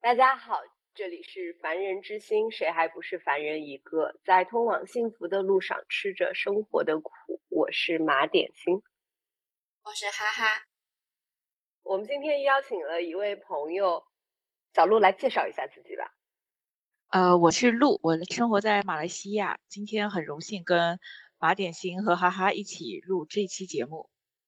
大家好，这里是凡人之心，谁还不是凡人一个？在通往幸福的路上，吃着生活的苦。我是马点心。 我是哈哈。 我们今天邀请了一位朋友，小鹿来介绍一下自己吧。 我是陆，我生活在马来西亚。今天很荣幸跟马点心和哈哈一起录这期节目。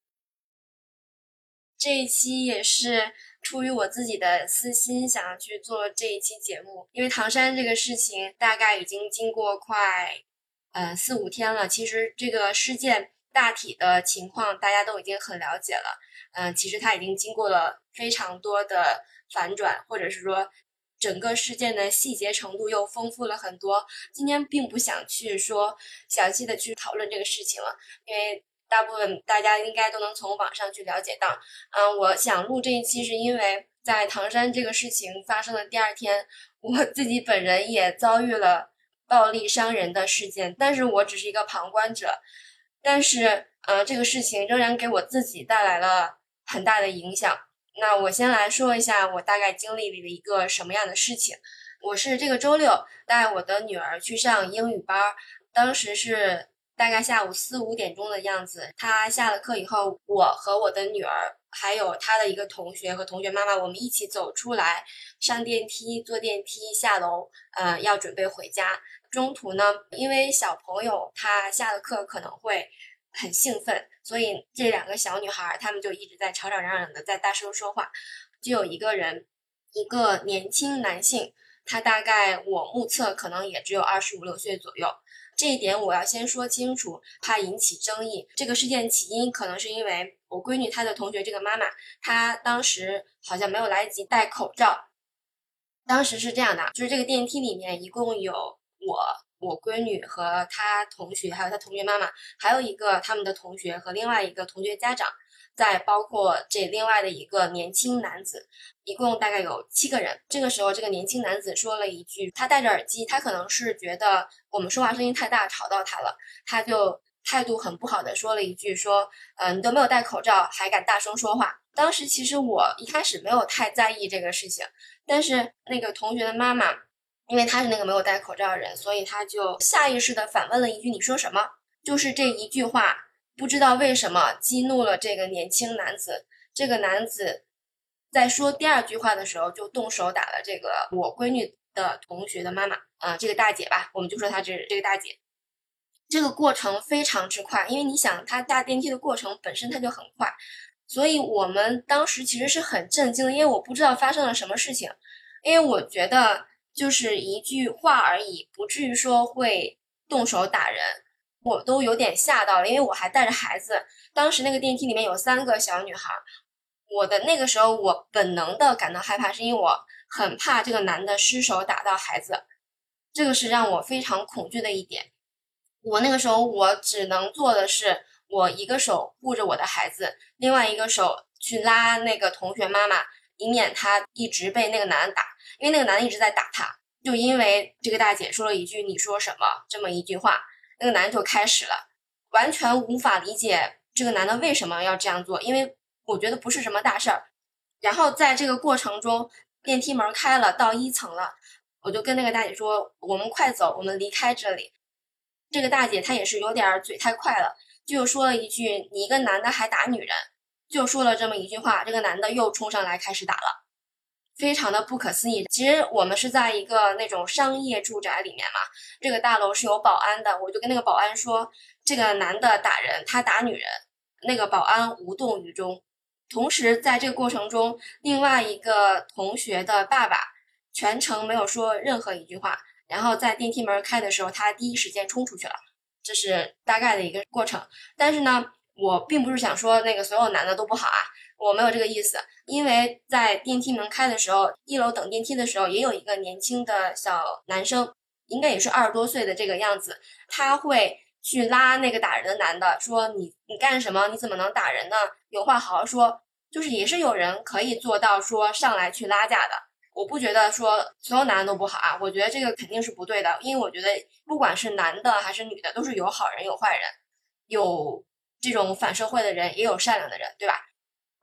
这一期也是出于我自己的私心，想要去做这一期节目，因为唐山这个事情大概已经经过快4-5天了。其实这个事件大体的情况大家都已经很了解了。其实它已经经过了非常多的反转，或者是说整个事件的细节程度又丰富了很多。今天并不想去说详细的去讨论这个事情了，因为大部分大家应该都能从网上去了解到。我想录这一期是因为在唐山这个事情发生的第二天，我自己本人也遭遇了暴力伤人的事件，但是我只是一个旁观者。但是这个事情仍然给我自己带来了很大的影响。那我先来说一下我大概经历了一个什么样的事情。我是这个周六带我的女儿去上英语班，当时是大概下午4-5点钟的样子。她下了课以后，我和我的女儿还有她的一个同学和同学妈妈，我们一起走出来，上电梯，坐电梯下楼，要准备回家。中途呢，因为小朋友他下了课可能会很兴奋，所以这两个小女孩她们就一直在吵吵嚷嚷的在大声说话。就有一个人，一个年轻男性，他大概我目测可能也只有25-26岁左右。这一点我要先说清楚，怕引起争议。这个事件起因可能是因为我闺女她的同学这个妈妈，她当时好像没有来得及戴口罩。当时是这样的，就是这个电梯里面一共有我闺女和她同学，还有她同学妈妈，还有一个他们的同学和另外一个同学家长，再包括这另外的一个年轻男子，一共大概有7个人。这个时候，这个年轻男子说了一句，他戴着耳机，他可能是觉得我们说话声音太大，吵到他了，他就态度很不好的说了一句，说，你都没有戴口罩，还敢大声说话。当时其实我一开始没有太在意这个事情，但是那个同学的妈妈，因为她是那个没有戴口罩的人，所以她就下意识的反问了一句：“你说什么？”就是这一句话，不知道为什么激怒了这个年轻男子。这个男子在说第二句话的时候，就动手打了这个我闺女的同学的妈妈，这个大姐吧，我们就说她这个大姐。这个过程非常之快，因为你想，她下电梯的过程本身它就很快，所以我们当时其实是很震惊的，因为我不知道发生了什么事情。因为我觉得就是一句话而已，不至于说会动手打人。我都有点吓到了，因为我还带着孩子。当时那个电梯里面有3个小女孩，我的那个时候我本能的感到害怕，是因为我很怕这个男的失手打到孩子，这个是让我非常恐惧的一点。我那个时候我只能做的是，我一个手护着我的孩子，另外一个手去拉那个同学妈妈，以免她一直被那个男的打，因为那个男的一直在打她。就因为这个大姐说了一句“你说什么”这么一句话，那个男的就开始了，完全无法理解这个男的为什么要这样做，因为我觉得不是什么大事儿。然后在这个过程中，电梯门开了，到1层了，我就跟那个大姐说：“我们快走，我们离开这里。”这个大姐她也是有点嘴太快了，就说了一句：“你一个男的还打女人。”就说了这么一句话，这个男的又冲上来开始打了，非常的不可思议。其实我们是在一个那种商业住宅里面嘛，这个大楼是有保安的，我就跟那个保安说，这个男的打人，他打女人，那个保安无动于衷。同时在这个过程中，另外一个同学的爸爸全程没有说任何一句话，然后在电梯门开的时候，他第一时间冲出去了，这是大概的一个过程。但是呢，我并不是想说那个所有男的都不好啊，我没有这个意思。因为在电梯门开的时候，1楼等电梯的时候，也有一个年轻的小男生，应该也是20多岁的这个样子，他会去拉那个打人的男的，说你干什么？你怎么能打人呢？有话好好说。就是也是有人可以做到说上来去拉架的。我不觉得说所有男的都不好啊，我觉得这个肯定是不对的，因为我觉得不管是男的还是女的，都是有好人有坏人，有这种反社会的人，也有善良的人，对吧？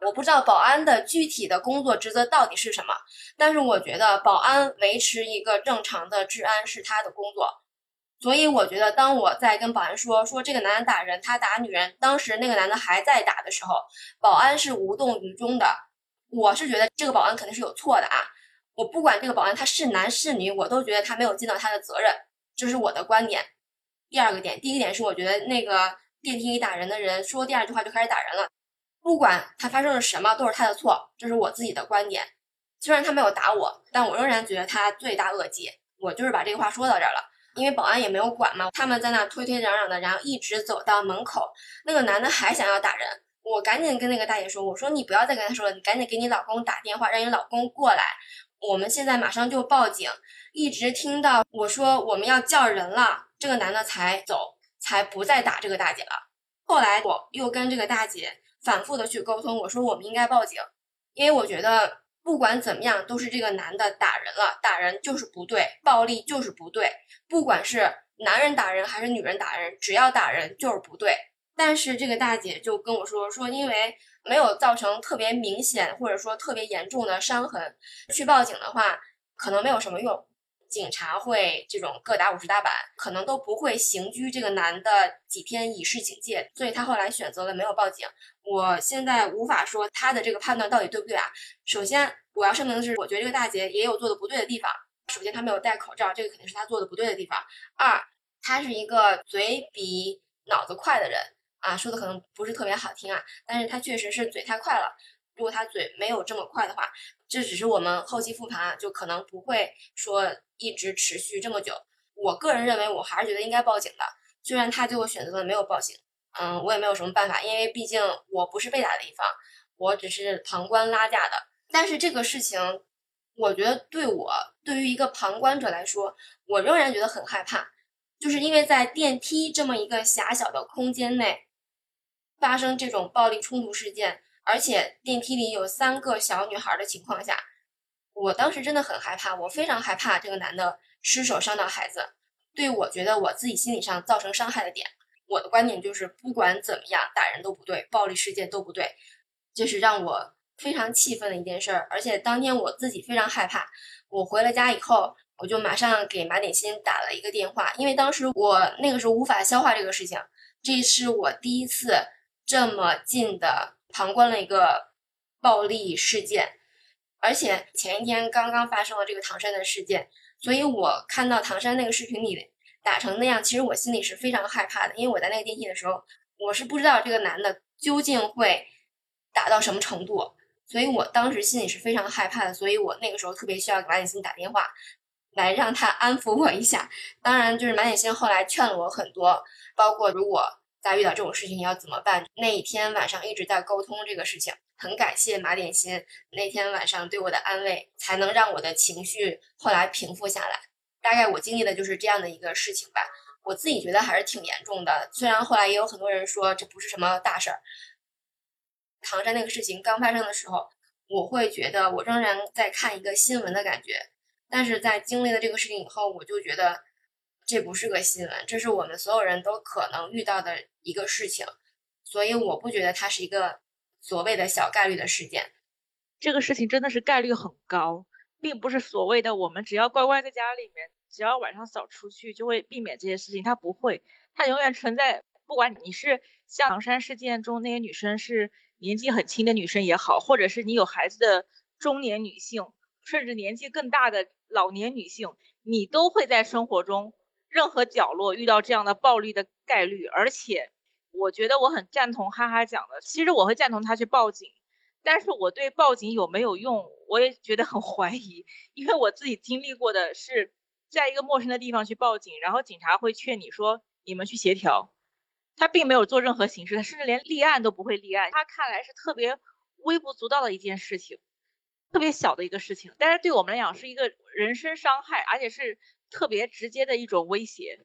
我不知道保安的具体的工作职责到底是什么，但是我觉得保安维持一个正常的治安是他的工作。所以我觉得当我在跟保安说这个男的打人，他打女人，当时那个男的还在打的时候，保安是无动于衷的。我是觉得这个保安肯定是有错的啊，我不管这个保安他是男是女，我都觉得他没有尽到他的责任，这是我的观点。第二个点，第一个点是我觉得那个电梯里打人的人说第二句话就开始打人了，不管他发生了什么都是他的错，这是我自己的观点。虽然他没有打我，但我仍然觉得他罪大恶极。我就是把这个话说到这儿了，因为保安也没有管嘛，他们在那推推嚷嚷的，然后一直走到门口，那个男的还想要打人，我赶紧跟那个大姐说，我说你不要再跟他说了，你赶紧给你老公打电话，让你老公过来，我们现在马上就报警。一直听到我说我们要叫人了，这个男的才走，才不再打这个大姐了。后来我又跟这个大姐反复的去沟通，我说我们应该报警，因为我觉得不管怎么样都是这个男的打人了，打人就是不对，暴力就是不对，不管是男人打人还是女人打人，只要打人就是不对。但是这个大姐就跟我说因为没有造成特别明显或者说特别严重的伤痕，去报警的话可能没有什么用，警察会这种各打50大板，可能都不会刑拘这个男的几天以示警戒，所以他后来选择了没有报警。我现在无法说他的这个判断到底对不对啊。首先我要声明的是，我觉得这个大姐也有做的不对的地方。首先他没有戴口罩，这个肯定是他做的不对的地方。二，他是一个嘴比脑子快的人啊，说的可能不是特别好听啊，但是他确实是嘴太快了。如果他嘴没有这么快的话，这只是我们后期复盘，就可能不会说一直持续这么久。我个人认为，我还是觉得应该报警的。虽然他最后选择了没有报警，我也没有什么办法，因为毕竟我不是被打的一方，我只是旁观拉架的。但是这个事情，我觉得对于一个旁观者来说，我仍然觉得很害怕，就是因为在电梯这么一个狭小的空间内发生这种暴力冲突事件，而且电梯里有3个小女孩的情况下，我当时真的很害怕，我非常害怕这个男的失手伤到孩子，对我觉得我自己心理上造成伤害的点。我的观点就是不管怎么样，打人都不对，暴力事件都不对，这是让我非常气愤的一件事儿。而且当天我自己非常害怕，我回了家以后，我就马上给马点心打了一个电话，因为当时我那个时候无法消化这个事情，这是我第一次这么近的旁观了一个暴力事件，而且前一天刚刚发生了这个唐山的事件，所以我看到唐山那个视频里打成那样，其实我心里是非常害怕的，因为我在那个电梯的时候，我是不知道这个男的究竟会打到什么程度，所以我当时心里是非常害怕的，所以我那个时候特别需要给马点心打电话来让他安抚我一下。当然就是马点心后来劝了我很多，包括如果再遇到这种事情要怎么办，那一天晚上一直在沟通这个事情。很感谢马点心那天晚上对我的安慰，才能让我的情绪后来平复下来。大概我经历的就是这样的一个事情吧，我自己觉得还是挺严重的，虽然后来也有很多人说这不是什么大事儿。唐山那个事情刚发生的时候，我会觉得我仍然在看一个新闻的感觉，但是在经历了这个事情以后，我就觉得这不是个新闻，这是我们所有人都可能遇到的一个事情，所以我不觉得它是一个所谓的小概率的事件。 这个事情真的是概率很高，并不是所谓的我们只要乖乖在家里面，只要晚上早出去就会避免这些事情，它不会，它永远存在。不管你是像唐山事件中那些女生是年纪很轻的女生也好，或者是你有孩子的中年女性，甚至年纪更大的老年女性，你都会在生活中任何角落遇到这样的暴力的概率。而且我觉得我很赞同哈哈讲的，其实我会赞同他去报警，但是我对报警有没有用，我也觉得很怀疑，因为我自己经历过的是，在一个陌生的地方去报警，然后警察会劝你说你们去协调，他并没有做任何形式，他甚至连立案都不会立案，他看来是特别微不足道的一件事情，特别小的一个事情，但是对我们来讲是一个人身伤害，而且是特别直接的一种威胁。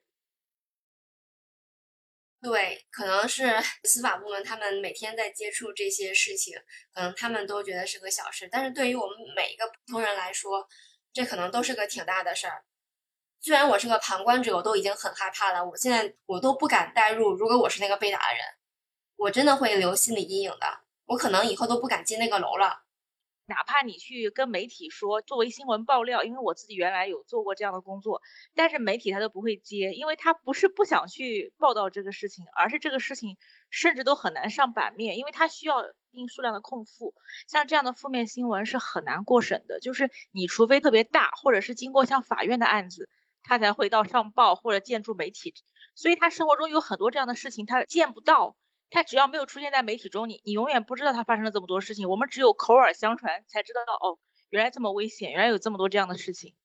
对，可能是司法部门他们每天在接触这些事情，可能他们都觉得是个小事，但是对于我们每一个普通人来说，这可能都是个挺大的事儿。虽然我是个旁观者，我都已经很害怕了，我现在都不敢代入，如果我是那个被打的人，我真的会留心理阴影的。 我可能以后都不敢进那个楼了。 哪怕你去跟媒体说作为新闻爆料，因为我自己原来有做过这样的工作，但是媒体他都不会接，因为他不是不想去报道这个事情，而是这个事情甚至都很难上版面，因为它需要一定数量的控负。像这样的负面新闻是很难过审的，就是你除非特别大，或者是经过像法院的案子，他才会到上报或者见诸媒体。所以他生活中有很多这样的事情，他见不到。他只要没有出现在媒体中，你永远不知道他发生了这么多事情。我们只有口耳相传才知道，哦，原来这么危险，原来有这么多这样的事情。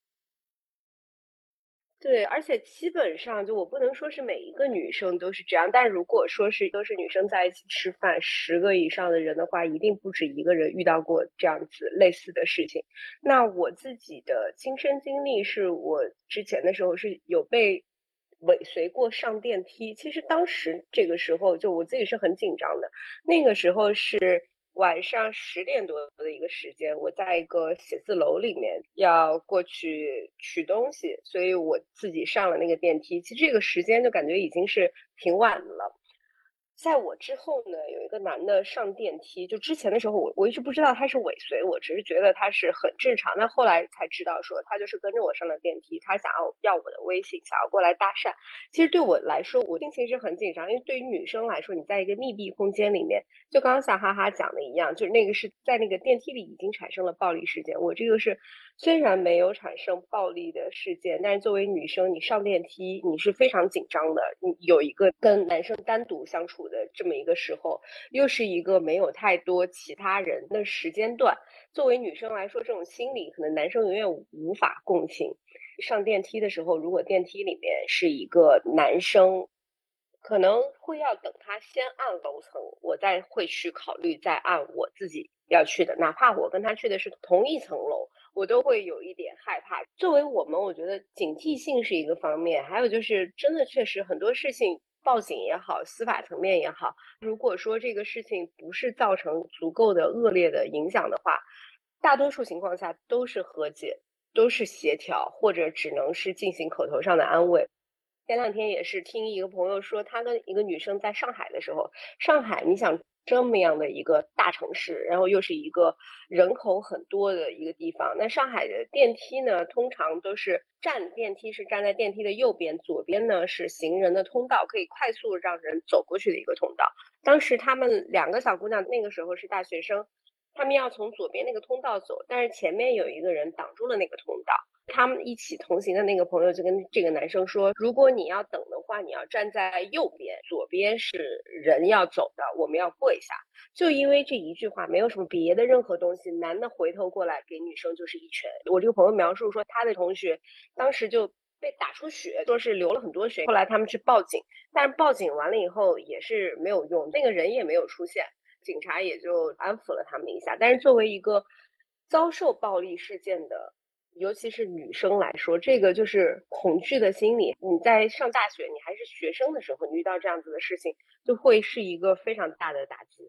对，而且基本上就我不能说是每一个女生都是这样，但如果说是都是女生在一起吃饭，10个以上的人的话，一定不止一个人遇到过这样子类似的事情。那我自己的亲身经历是我之前的时候是有被尾随过上电梯。其实当时这个时候就我自己是很紧张的，那个时候是晚上10点多的一个时间，我在一个写字楼里面要过去取东西，所以我自己上了那个电梯。其实这个时间就感觉已经是挺晚的了。在我之后呢，有一个男的上电梯，就之前的时候我一直不知道他是尾随我，只是觉得他是很正常。那后来才知道说他就是跟着我上了电梯，他想要我的微信，想要过来搭讪。其实对我来说，我心情是很紧张，因为对于女生来说，你在一个密闭空间里面，就刚刚像哈哈讲的一样，就是那个是在那个电梯里已经产生了暴力事件。我这个是虽然没有产生暴力的事件，但是作为女生，你上电梯你是非常紧张的，你有一个跟男生单独相处的这么一个时候，又是一个没有太多其他人的时间段。作为女生来说，这种心理可能男生永远无法共情。上电梯的时候，如果电梯里面是一个男生，可能会要等他先按楼层，我再会去考虑再按我自己要去的，哪怕我跟他去的是同一层楼，我都会有一点害怕。作为我们，我觉得警惕性是一个方面，还有就是真的确实很多事情报警也好，司法层面也好，如果说这个事情不是造成足够的恶劣的影响的话，大多数情况下都是和解，都是协调，或者只能是进行口头上的安慰。前两天也是听一个朋友说，他跟一个女生在上海的时候，上海你想这么样的一个大城市，然后又是一个人口很多的一个地方，那上海的电梯呢，通常都是电梯是站在电梯的右边，左边呢是行人的通道，可以快速让人走过去的一个通道。当时他们两个小姑娘那个时候是大学生，他们要从左边那个通道走，但是前面有一个人挡住了那个通道。他们一起同行的那个朋友就跟这个男生说，如果你要等的话，你要站在右边，左边是人要走的，我们要过一下。就因为这一句话，没有什么别的任何东西，男的回头过来给女生就是一拳。我这个朋友描述说，他的同学当时就被打出血，说是流了很多血。后来他们去报警，但是报警完了以后也是没有用，那个人也没有出现，警察也就安抚了他们一下。但是作为一个遭受暴力事件的，尤其是女生来说，这个就是恐惧的心理。你在上大学，你还是学生的时候，你遇到这样子的事情，就会是一个非常大的打击。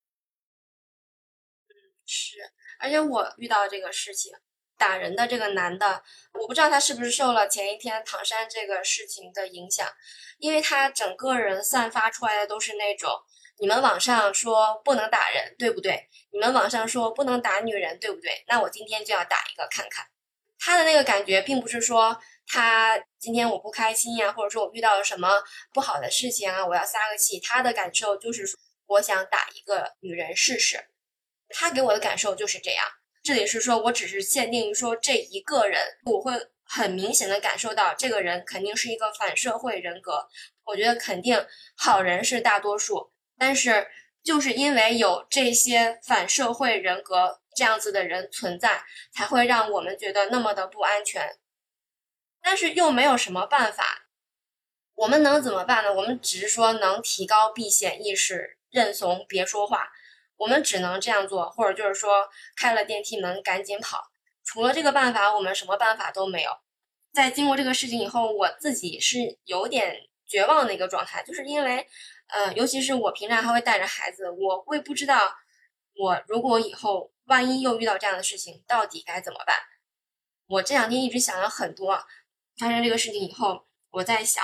是，而且我遇到这个事情，打人的这个男的，我不知道他是不是受了前一天唐山这个事情的影响，因为他整个人散发出来的都是那种，你们网上说不能打人，对不对？你们网上说不能打女人，对不对？那我今天就要打一个看看。他的那个感觉并不是说他今天我不开心呀，或者说我遇到了什么不好的事情啊，我要撒个气。他的感受就是说，我想打一个女人试试。他给我的感受就是这样。这里是说我只是限定于说这一个人，我会很明显的感受到这个人肯定是一个反社会人格。我觉得肯定好人是大多数，但是就是因为有这些反社会人格这样子的人存在，才会让我们觉得那么的不安全。但是又没有什么办法，我们能怎么办呢？我们只是说能提高避险意识，认怂别说话，我们只能这样做，或者就是说开了电梯门赶紧跑。除了这个办法，我们什么办法都没有。在经过这个事情以后，我自己是有点绝望的一个状态，就是因为尤其是我平常还会带着孩子，我会不知道我如果以后万一又遇到这样的事情，到底该怎么办。我这两天一直想了很多，发生这个事情以后，我在想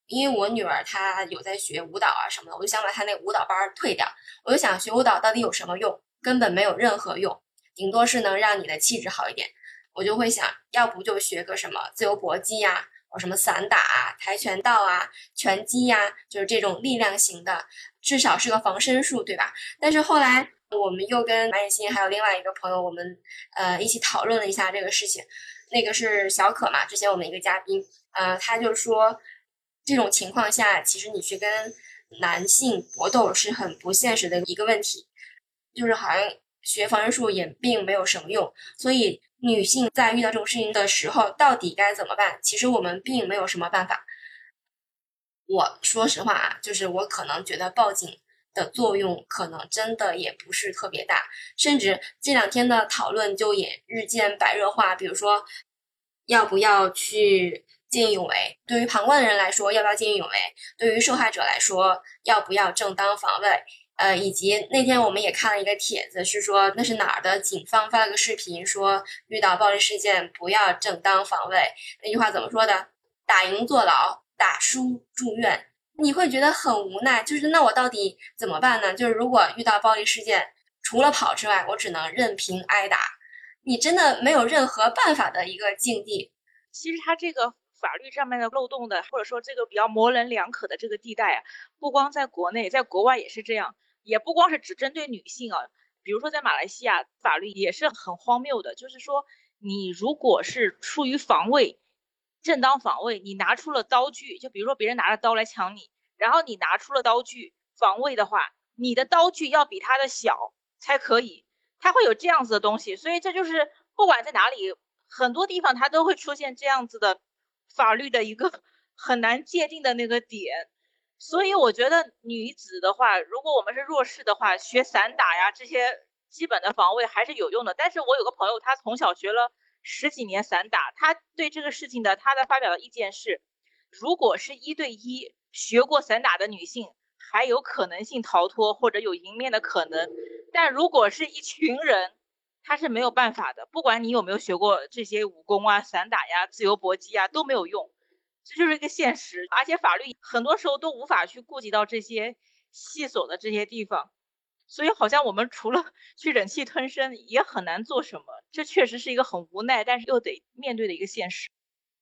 因为我女儿她有在学舞蹈啊什么的，我就想把她那个舞蹈班退掉。我就想学舞蹈到底有什么用？根本没有任何用，顶多是能让你的气质好一点。我就会想，要不就学个什么自由搏击呀，或什么散打啊、跆拳道啊、拳击呀，就是这种力量型的，至少是个防身术，对吧？但是后来我们又跟马野欣还有另外一个朋友，我们一起讨论了一下这个事情。那个是小可嘛，之前我们一个嘉宾，他就说，这种情况下，其实你去跟男性搏斗是很不现实的一个问题，就是好像学防身术也并没有什么用，所以女性在遇到这种事情的时候，到底该怎么办？其实我们并没有什么办法。我说实话啊，就是我可能觉得报警的作用可能真的也不是特别大，甚至这2天的讨论就也日渐白热化。比如说，要不要去见义勇为？对于旁观的人来说，要不要见义勇为？对于受害者来说，要不要正当防卫？以及那天我们也看了一个帖子，是说那是哪儿的警方发了个视频，说遇到暴力事件不要正当防卫。那句话怎么说的？打赢坐牢，打输住院。你会觉得很无奈，就是那我到底怎么办呢？就是如果遇到暴力事件，除了跑之外，我只能任凭挨打。你真的没有任何办法的一个境地。 其实它这个法律上面的漏洞的，或者说这个比较模棱两可的这个地带啊，不光在国内，在国外也是这样，也不光是只针对女性啊。比如说在马来西亚，法律也是很荒谬的，就是说你如果是出于防卫，正当防卫，你拿出了刀具，就比如说别人拿着刀来抢你，然后你拿出了刀具防卫的话，你的刀具要比他的小才可以，它会有这样子的东西。所以这就是不管在哪里，很多地方它都会出现这样子的法律的一个很难界定的那个点。所以我觉得女子的话，如果我们是弱势的话，学散打呀这些基本的防卫还是有用的。但是我有个朋友，他从小学了10几年散打，他对这个事情他的发表的意见是，如果是1对1学过散打的女性，还有可能性逃脱或者有赢面的可能，但如果是一群人，他是没有办法的，不管你有没有学过这些武功啊、散打呀、自由搏击啊，都没有用。这就是一个现实，而且法律很多时候都无法去顾及到这些细琐的这些地方，所以好像我们除了去忍气吞声，也很难做什么。这确实是一个很无奈，但是又得面对的一个现实。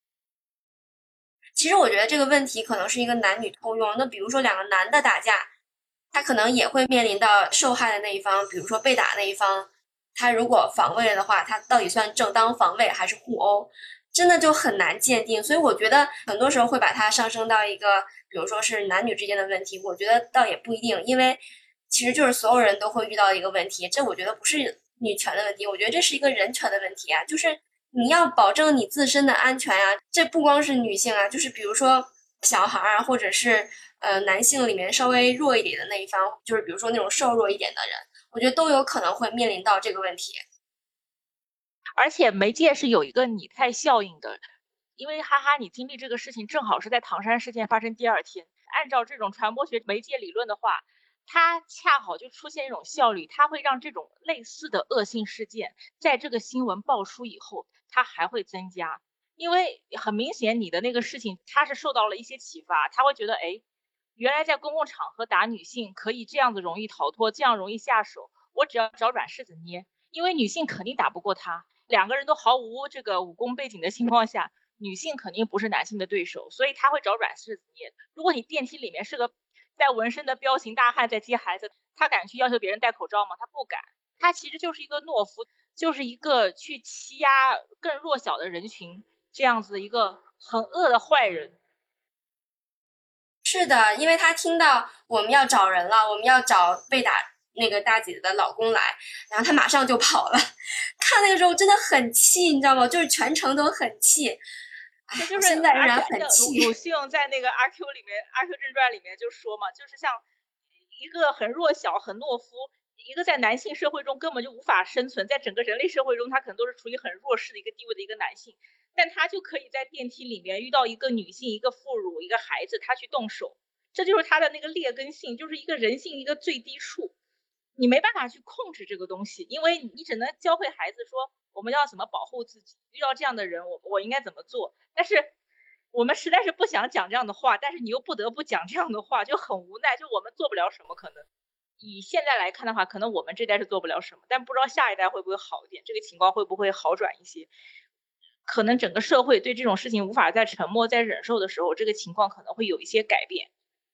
其实我觉得这个问题可能是一个男女通用。那比如说2个男的打架，他可能也会面临到受害的那一方，比如说被打那一方，他如果防卫了的话，他到底算正当防卫还是互殴？真的就很难鉴定。所以我觉得很多时候会把它上升到一个，比如说是男女之间的问题，我觉得倒也不一定，因为其实就是所有人都会遇到一个问题。这我觉得不是女权的问题，我觉得这是一个人权的问题啊，就是你要保证你自身的安全啊。这不光是女性啊，就是比如说小孩啊，或者是男性里面稍微弱一点的那一方，就是比如说那种瘦弱一点的人，我觉得都有可能会面临到这个问题。 而且媒介是有一个拟态效应的，因为哈哈，你经历这个事情正好是在唐山事件发生第2天，按照这种传播学媒介理论的话，它恰好就出现一种效率，它会让这种类似的恶性事件在这个新闻爆出以后，它还会增加。因为很明显你的那个事情它是受到了一些启发，他会觉得哎，原来在公共场合打女性可以这样子容易逃脱，这样容易下手，我只要找软柿子捏，因为女性肯定打不过他，2个人都毫无这个武功背景的情况下，女性肯定不是男性的对手，所以他会找软柿子捏。如果你电梯里面是个带纹身的彪形大汉在接孩子，他敢去要求别人戴口罩吗？他不敢。他其实就是一个懦夫，就是一个去欺压更弱小的人群，这样子一个很恶的坏人。 是的，因为他听到我们要找人了，我们要找被打那个大姐的老公来，然后他马上就跑了。看那个时候真的很气，你知道吗？就是全程都很气。 这就是现在仍然很气。 鲁迅在那个《阿 Q》里面，《阿 Q 正传》里面就说嘛，就是像一个很弱小、很懦夫，一个在男性社会中根本就无法生存，在整个人类社会中，他可能都是处于很弱势的一个地位的一个男性，但他就可以在电梯里面遇到一个女性、一个妇孺、一个孩子，他去动手，这就是他的那个劣根性，就是一个人性一个最低处。你没办法去控制这个东西，因为你只能教会孩子说我们要怎么保护自己，遇到这样的人我应该怎么做。但是我们实在是不想讲这样的话，但是你又不得不讲这样的话，就很无奈，就我们做不了什么。可能以现在来看的话，可能我们这代是做不了什么，但不知道下一代会不会好一点，这个情况会不会好转一些。可能整个社会对这种事情无法再沉默再忍受的时候，这个情况可能会有一些改变。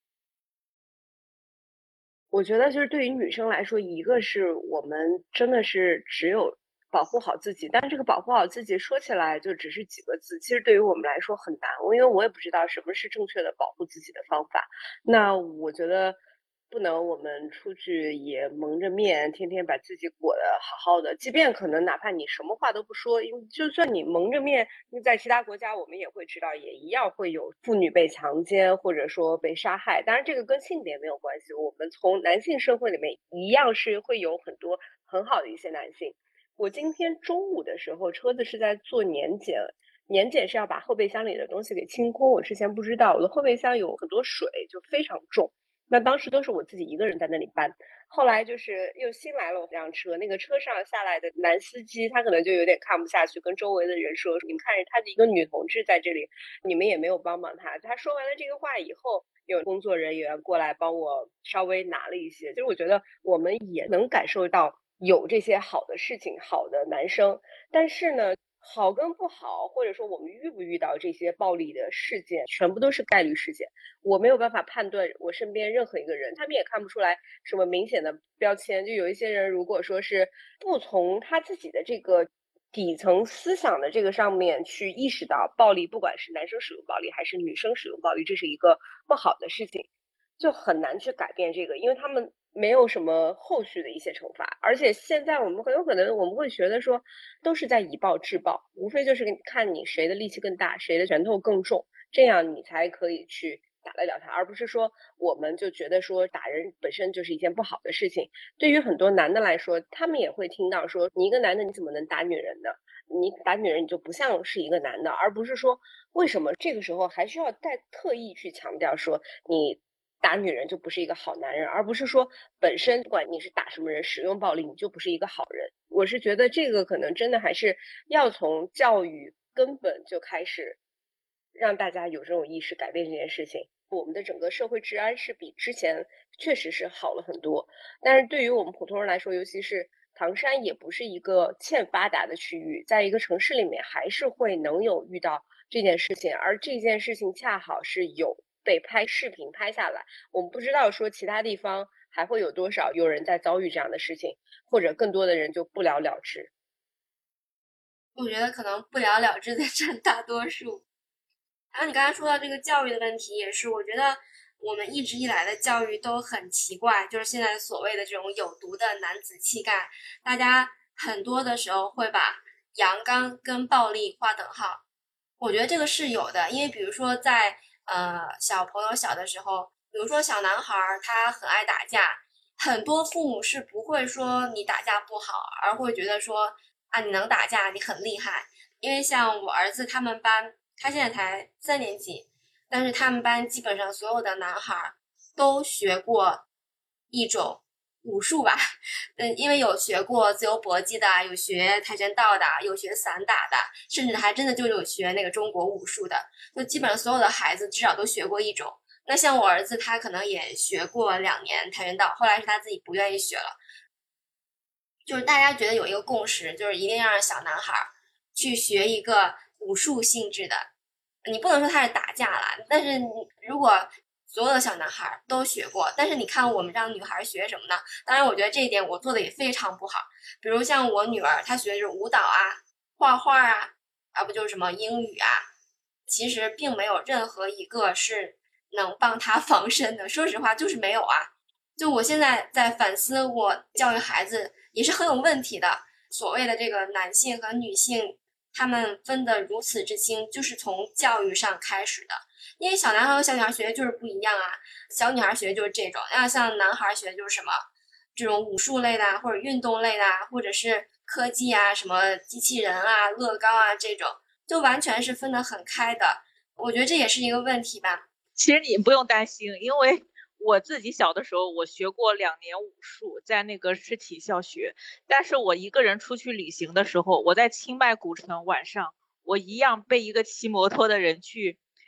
我觉得就是对于女生来说，一个是我们真的是只有保护好自己，但是这个保护好自己说起来就只是几个字，其实对于我们来说很难，因为我也不知道什么是正确的保护自己的方法。那我觉得不能我们出去也蒙着面，天天把自己裹得好好的，即便可能哪怕你什么话都不说，因为就算你蒙着面，在其他国家我们也会知道，也一样会有妇女被强奸或者说被杀害。当然这个跟性别没有关系，我们从男性社会里面一样是会有很多很好的一些男性。我今天中午的时候，车子是在做年检，年检是要把后备箱里的东西给清空。我之前不知道，我的后备箱有很多水，就非常重。那当时都是我自己一个人在那里搬，后来就是又新来了我辆车，那个车上下来的男司机他可能就有点看不下去，跟周围的人说：“你们看着他的一个女同志在这里，你们也没有帮帮他。”他说完了这个话以后，有工作人员过来帮我稍微拿了一些。就是我觉得我们也能感受到有这些好的事情，好的男生，但是呢，好跟不好，或者说我们遇不遇到这些暴力的事件，全部都是概率事件。我没有办法判断我身边任何一个人，他们也看不出来什么明显的标签。就有一些人，如果说是不从他自己的这个底层思想的这个上面去意识到暴力，不管是男生使用暴力还是女生使用暴力，这是一个不好的事情，就很难去改变这个，因为他们没有什么后续的一些惩罚。而且现在我们很有可能我们会觉得说，都是在以暴制暴，无非就是看你谁的力气更大，谁的拳头更重，这样你才可以去打得了他，而不是说我们就觉得说打人本身就是一件不好的事情。对于很多男的来说，他们也会听到说，你一个男的你怎么能打女人呢？你打女人你就不像是一个男的，而不是说为什么这个时候还需要特意去强调说你打女人就不是一个好男人，而不是说本身不管你是打什么人，使用暴力你就不是一个好人。我是觉得这个可能真的还是要从教育根本就开始，让大家有这种意识，改变这件事情。我们的整个社会治安是比之前确实是好了很多，但是对于我们普通人来说，尤其是唐山也不是一个欠发达的区域，在一个城市里面还是会能有遇到这件事情，而这件事情恰好是有被拍视频拍下来。我们不知道说其他地方还会有多少有人在遭遇这样的事情，或者更多的人就不了了之。 我觉得可能不了了之的占大多数。还有你刚才说到这个教育的问题，也是我觉得我们一直以来的教育都很奇怪，就是现在所谓的这种有毒的男子气概，大家很多的时候会把阳刚跟暴力划等号。我觉得这个是有的，因为比如说在小朋友小的时候，比如说小男孩他很爱打架，很多父母是不会说你打架不好，而会觉得说啊你能打架你很厉害。因为像我儿子他们班，他现在才3年级，但是他们班基本上所有的男孩都学过一种武术吧，因为有学过自由搏击的，有学跆拳道的，有学散打的，甚至还真的就有学那个中国武术的，就基本上所有的孩子至少都学过一种。那像我儿子他可能也学过2年跆拳道，后来是他自己不愿意学了。就是大家觉得有一个共识，就是一定要让小男孩去学一个武术性质的，你不能说他是打架啦，但是如果所有的小男孩都学过，但是你看我们让女孩学什么呢？当然我觉得这一点我做的也非常不好，比如像我女儿她学的是舞蹈啊、画画啊，不就是什么英语啊，其实并没有任何一个是能帮她防身的，说实话就是没有啊。就我现在在反思我教育孩子也是很有问题的，所谓的这个男性和女性他们分得如此之清，就是从教育上开始的。因为小男孩和小女孩学的就是不一样啊，小女孩学的就是这种，要像男孩学的就是什么这种武术类的或者运动类的或者是科技啊，什么机器人啊、乐高啊这种，就完全是分得很开的。我觉得这也是一个问题吧。 其实你不用担心，因为我自己小的时候我学过2年武术，在那个是体校学，但是我一个人出去旅行的时候，我在清迈古城晚上，我一样被一个骑摩托的人去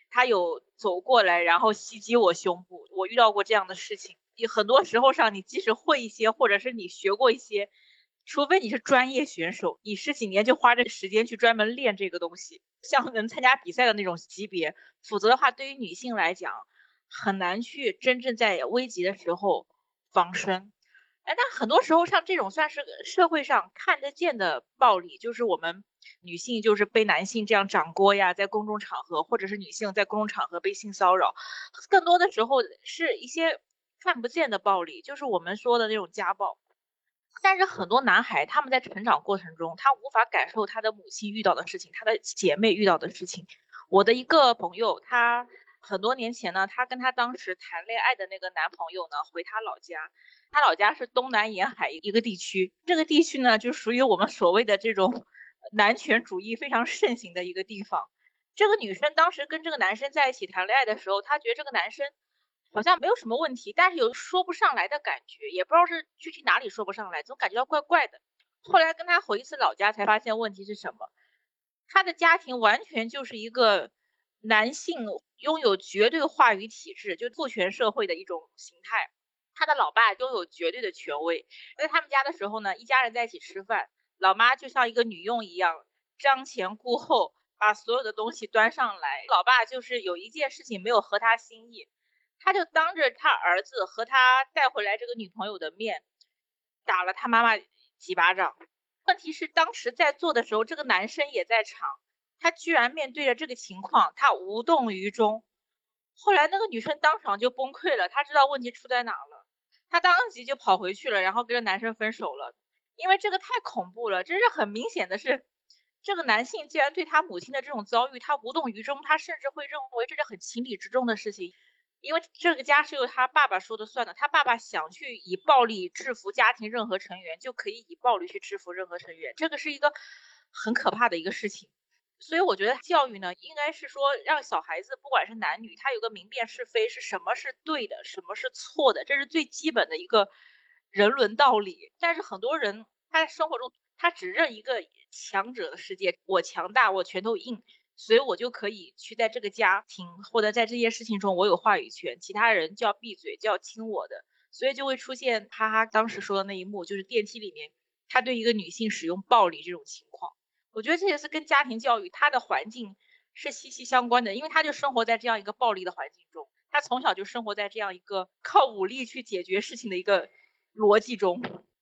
他有走过来然后袭击我胸部，我遇到过这样的事情。你很多时候上你即使会一些，或者是你学过一些，除非你是专业选手，你十几年就花这时间去专门练这个东西，像能参加比赛的那种级别，否则的话对于女性来讲很难去真正在危急的时候防身。但很多时候像这种算是社会上看得见的暴力，就是我们女性就是被男性这样掌掴呀，在公众场合，或者是女性在公众场合被性骚扰，更多的时候是一些看不见的暴力，就是我们说的那种家暴。但是很多男孩他们在成长过程中，他无法感受他的母亲遇到的事情，他的姐妹遇到的事情。我的一个朋友，他很多年前呢，他跟他当时谈恋爱的那个男朋友呢，回他老家，他老家是东南沿海一个地区，这个地区呢就属于我们所谓的这种男权主义非常盛行的一个地方。这个女生当时跟这个男生在一起谈恋爱的时候，她觉得这个男生好像没有什么问题，但是有说不上来的感觉，也不知道是具体哪里说不上来，总感觉到怪怪的。后来跟他回一次老家，才发现问题是什么。他的家庭完全就是一个男性拥有绝对话语体制，就父权社会的一种形态。他的老爸拥有绝对的权威，在他们家的时候呢，一家人在一起吃饭，老妈就像一个女佣一样，张前顾后，把所有的东西端上来。老爸就是有一件事情没有合他心意，他就当着他儿子和他带回来这个女朋友的面，打了他妈妈几巴掌。问题是当时在做的时候，这个男生也在场，他居然面对着这个情况，他无动于衷。后来那个女生当场就崩溃了，她知道问题出在哪了，她当即就跑回去了，然后跟男生分手了。因为这个太恐怖了，这是很明显的是，这个男性既然对他母亲的这种遭遇他无动于衷，他甚至会认为这是很情理之中的事情。因为这个家是由他爸爸说的算的，他爸爸想去以暴力制服家庭任何成员，就可以以暴力去制服任何成员，这个是一个很可怕的一个事情。所以我觉得教育呢，应该是说让小孩子不管是男女，他有个明辨是非，是什么是对的，什么是错的，这是最基本的一个人伦道理。但是很多人他在生活中他只认一个强者的世界，我强大，我拳头硬，所以我就可以去在这个家庭或者在这些事情中我有话语权，其他人就要闭嘴，就要听我的。所以就会出现哈哈当时说的那一幕，就是电梯里面他对一个女性使用暴力这种情况。我觉得这也是跟家庭教育他的环境是息息相关的，因为他就生活在这样一个暴力的环境中，他从小就生活在这样一个靠武力去解决事情的一个逻辑中。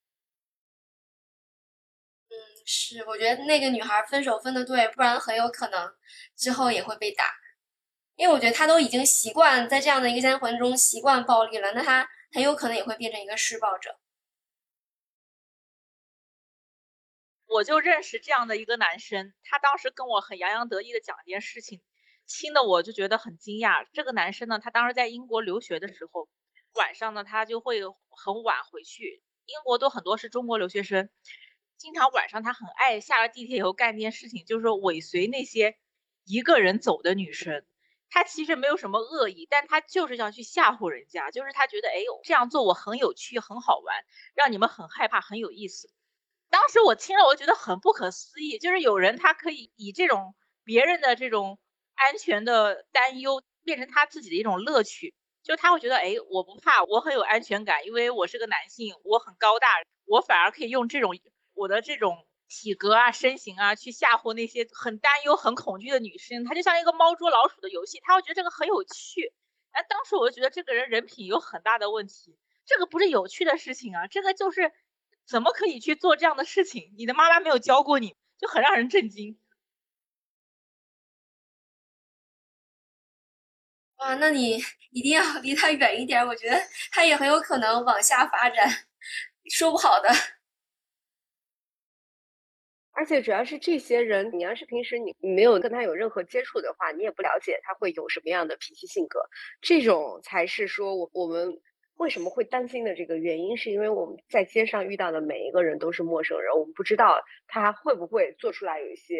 是，我觉得那个女孩分手分的对，不然很有可能之后也会被打。因为我觉得她都已经习惯在这样的一个家庭环境中习惯暴力了，那她很有可能也会变成一个施暴者。 我就认识这样的一个男生，他当时跟我很洋洋得意的讲一件事情，听得我就觉得很惊讶。这个男生呢，他当时在英国留学的时候，晚上呢他就会很晚回去，英国都很多是中国留学生，经常晚上他很爱下了地铁以后干一件事情，就是说尾随那些一个人走的女生。他其实没有什么恶意，但他就是想去吓唬人家，就是他觉得哎，这样做我很有趣很好玩，让你们很害怕很有意思。当时我听了，我觉得很不可思议，就是有人他可以以这种别人的这种安全的担忧变成他自己的一种乐趣，就他会觉得，哎，我不怕，我很有安全感，因为我是个男性，我很高大，我反而可以用这种我的这种体格啊、身形啊去吓唬那些很担忧、很恐惧的女生，他就像一个猫捉老鼠的游戏，他会觉得这个很有趣。哎，当时我就觉得这个人人品有很大的问题，这个不是有趣的事情啊，这个就是怎么可以去做这样的事情？你的妈妈没有教过你，就很让人震惊。 哇，那你一定要离他远一点，我觉得他也很有可能往下发展，说不好的。 而且主要是这些人，你要是平时你没有跟他有任何接触的话，你也不了解他会有什么样的脾气性格，这种才是说我们为什么会担心的这个原因，是因为我们在街上遇到的每一个人都是陌生人，我们不知道他会不会做出来有一些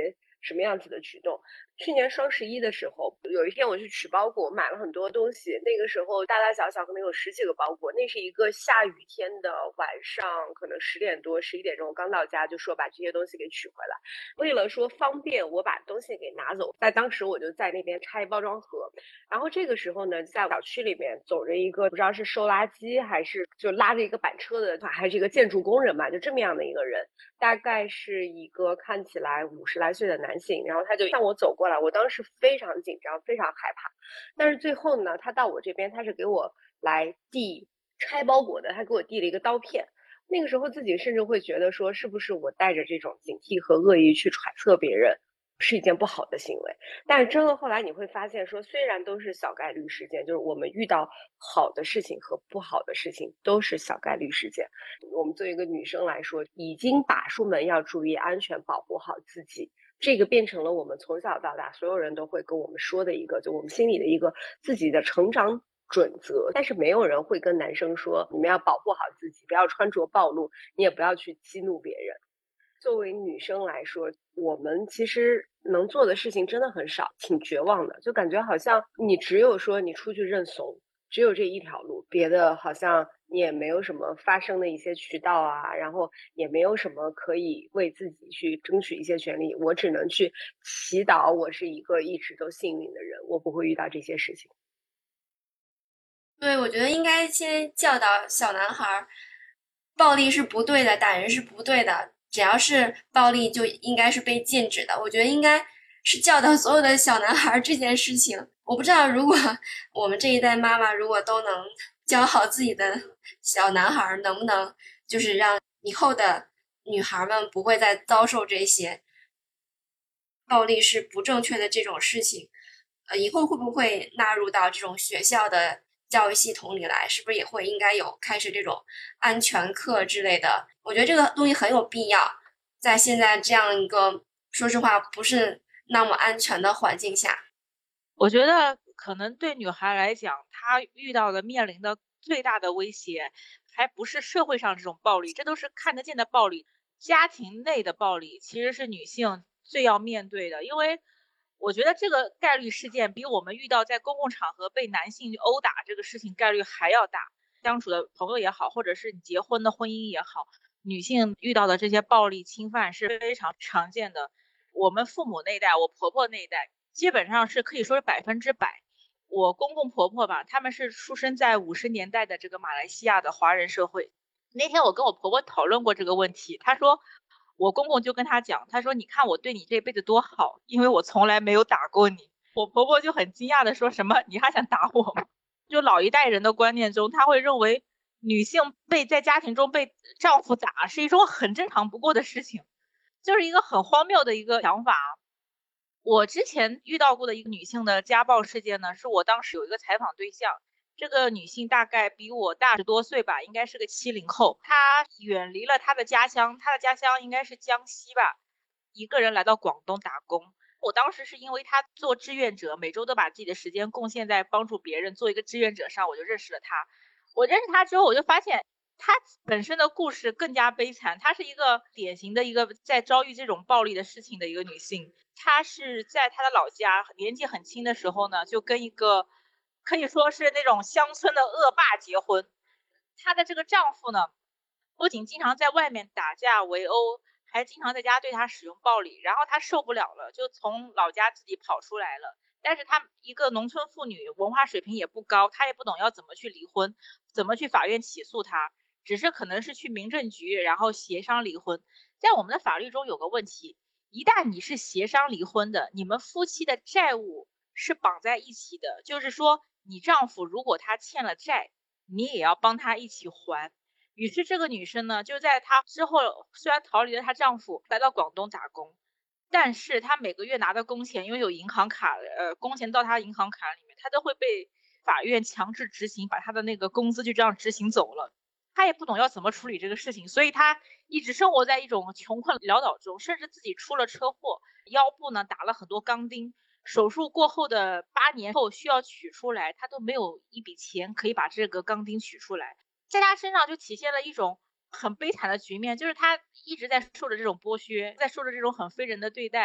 什么样子的举动。去年双11的时候，有一天我去取包裹，买了很多东西。那个时候大大小小可能有10几个包裹。那是一个下雨天的晚上，可能10点多、11点钟，我刚到家就说把这些东西给取回来。为了说方便我把东西给拿走，在当时我就在那边拆包装盒。然后这个时候呢，在小区里面走着一个不知道是收垃圾还是就拉着一个板车的，还是一个建筑工人吧，就这么样的一个人，大概是一个看起来50来岁的男性。然后他就向我走过来，我当时非常紧张，非常害怕。但是最后呢，他到我这边，他是给我来拆包裹的，他给我递了一个刀片。那个时候自己甚至会觉得说，是不是我带着这种警惕和恶意去揣测别人，是一件不好的行为。但是真的后来你会发现说，虽然都是小概率事件，就是我们遇到好的事情和不好的事情都是小概率事件。我们作为一个女生来说，已经把出门要注意安全，保护好自己，这个变成了我们从小到大所有人都会跟我们说的一个，就我们心里的一个自己的成长准则。但是没有人会跟男生说，你们要保护好自己，不要穿着暴露，你也不要去激怒别人。作为女生来说，我们其实能做的事情真的很少，挺绝望的，就感觉好像你只有说你出去认怂，只有这一条路，别的好像你也没有什么发声的一些渠道啊，然后也没有什么可以为自己去争取一些权利，我只能去祈祷我是一个一直都幸运的人，我不会遇到这些事情。 对，我觉得应该先教导小男孩，暴力是不对的，打人是不对的，只要是暴力就应该是被禁止的。我觉得应该是教导所有的小男孩这件事情。我不知道，如果我们这一代妈妈如果都能教好自己的小男孩，能不能就是让以后的女孩们不会再遭受这些暴力是不正确的这种事情？以后会不会纳入到这种学校的教育系统里来？是不是也会应该有开始这种安全课之类的？我觉得这个东西很有必要，在现在这样一个说实话不是那么安全的环境下。 我觉得可能对女孩来讲，她遇到的面临的最大的威胁，还不是社会上这种暴力，这都是看得见的暴力。家庭内的暴力其实是女性最要面对的，因为我觉得这个概率事件比我们遇到在公共场合被男性殴打这个事情概率还要大。相处的朋友也好，或者是你结婚的婚姻也好，女性遇到的这些暴力侵犯是非常常见的。我们父母那一代，我婆婆那一代，基本上是可以说是100%。我公公婆婆吧，他们是出生在50年代的这个马来西亚的华人社会。那天我跟我婆婆讨论过这个问题，她说我公公就跟她讲，他说你看我对你这辈子多好，因为我从来没有打过你。我婆婆就很惊讶的说，什么你还想打我吗？就老一代人的观念中，他会认为女性在家庭中被丈夫打是一种很正常不过的事情，就是一个很荒谬的一个想法。我之前遇到过的一个女性的家暴事件呢，是我当时有一个采访对象，这个女性大概比我大10多岁吧，应该是个70后，她远离了她的家乡，她的家乡应该是江西吧，一个人来到广东打工。我当时是因为她做志愿者，每周都把自己的时间贡献在帮助别人做一个志愿者上，我就认识了她。我认识她之后，我就发现她本身的故事更加悲惨，她是一个典型的一个在遭遇这种暴力的事情的一个女性。她是在她的老家年纪很轻的时候呢，就跟一个可以说是那种乡村的恶霸结婚。她的这个丈夫呢，不仅经常在外面打架围殴，还经常在家对她使用暴力。然后她受不了了，就从老家自己跑出来了。但是她一个农村妇女，文化水平也不高，她也不懂要怎么去离婚，怎么去法院起诉她，只是可能是去民政局，然后协商离婚。在我们的法律中有个问题，一旦你是协商离婚的，你们夫妻的债务是绑在一起的，就是说你丈夫如果他欠了债，你也要帮他一起还。于是这个女生呢，就在她之后虽然逃离了她丈夫，来到广东打工，但是她每个月拿的工钱，因为有银行卡，工钱到她银行卡里面，她都会被法院强制执行，把她的那个工资就这样执行走了。她也不懂要怎么处理这个事情，所以她一直生活在一种穷困潦倒中，甚至自己出了车祸，腰部呢打了很多钢钉，手术过后的8年后需要取出来，她都没有一笔钱可以把这个钢钉取出来。在她身上就体现了一种很悲惨的局面，就是她一直在受着这种剥削，在受着这种很非人的对待。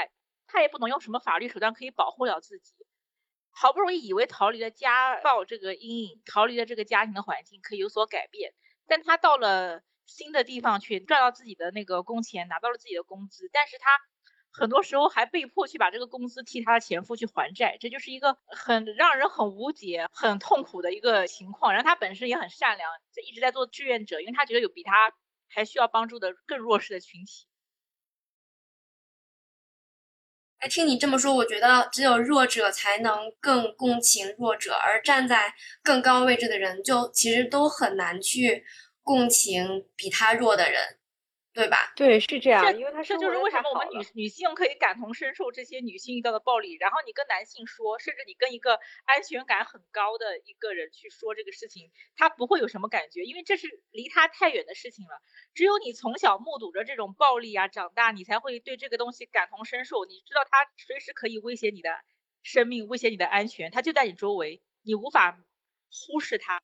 他也不能用什么法律手段可以保护了自己。好不容易以为逃离了家暴这个阴影，逃离了这个家庭的环境可以有所改变，但他到了新的地方去赚到自己的那个工钱，拿到了自己的工资，但是他很多时候还被迫去把这个工资替他的前夫去还债，这就是一个让人很无解、很痛苦的一个情况。然后他本身也很善良，一直在做志愿者，因为他觉得有比他还需要帮助的更弱势的群体。 听你这么说，我觉得只有弱者才能更共情弱者，而站在更高位置的人，就其实都很难去共情比他弱的人，对吧？ 对，是这样，因为他这就是为什么我们女女性可以感同身受这些女性遇到的暴力，然后你跟男性说，甚至你跟一个安全感很高的一个人去说这个事情，他不会有什么感觉，因为这是离他太远的事情了。只有你从小目睹着这种暴力啊长大，你才会对这个东西感同身受，你知道他随时可以威胁你的生命，威胁你的安全，他就在你周围，你无法忽视他。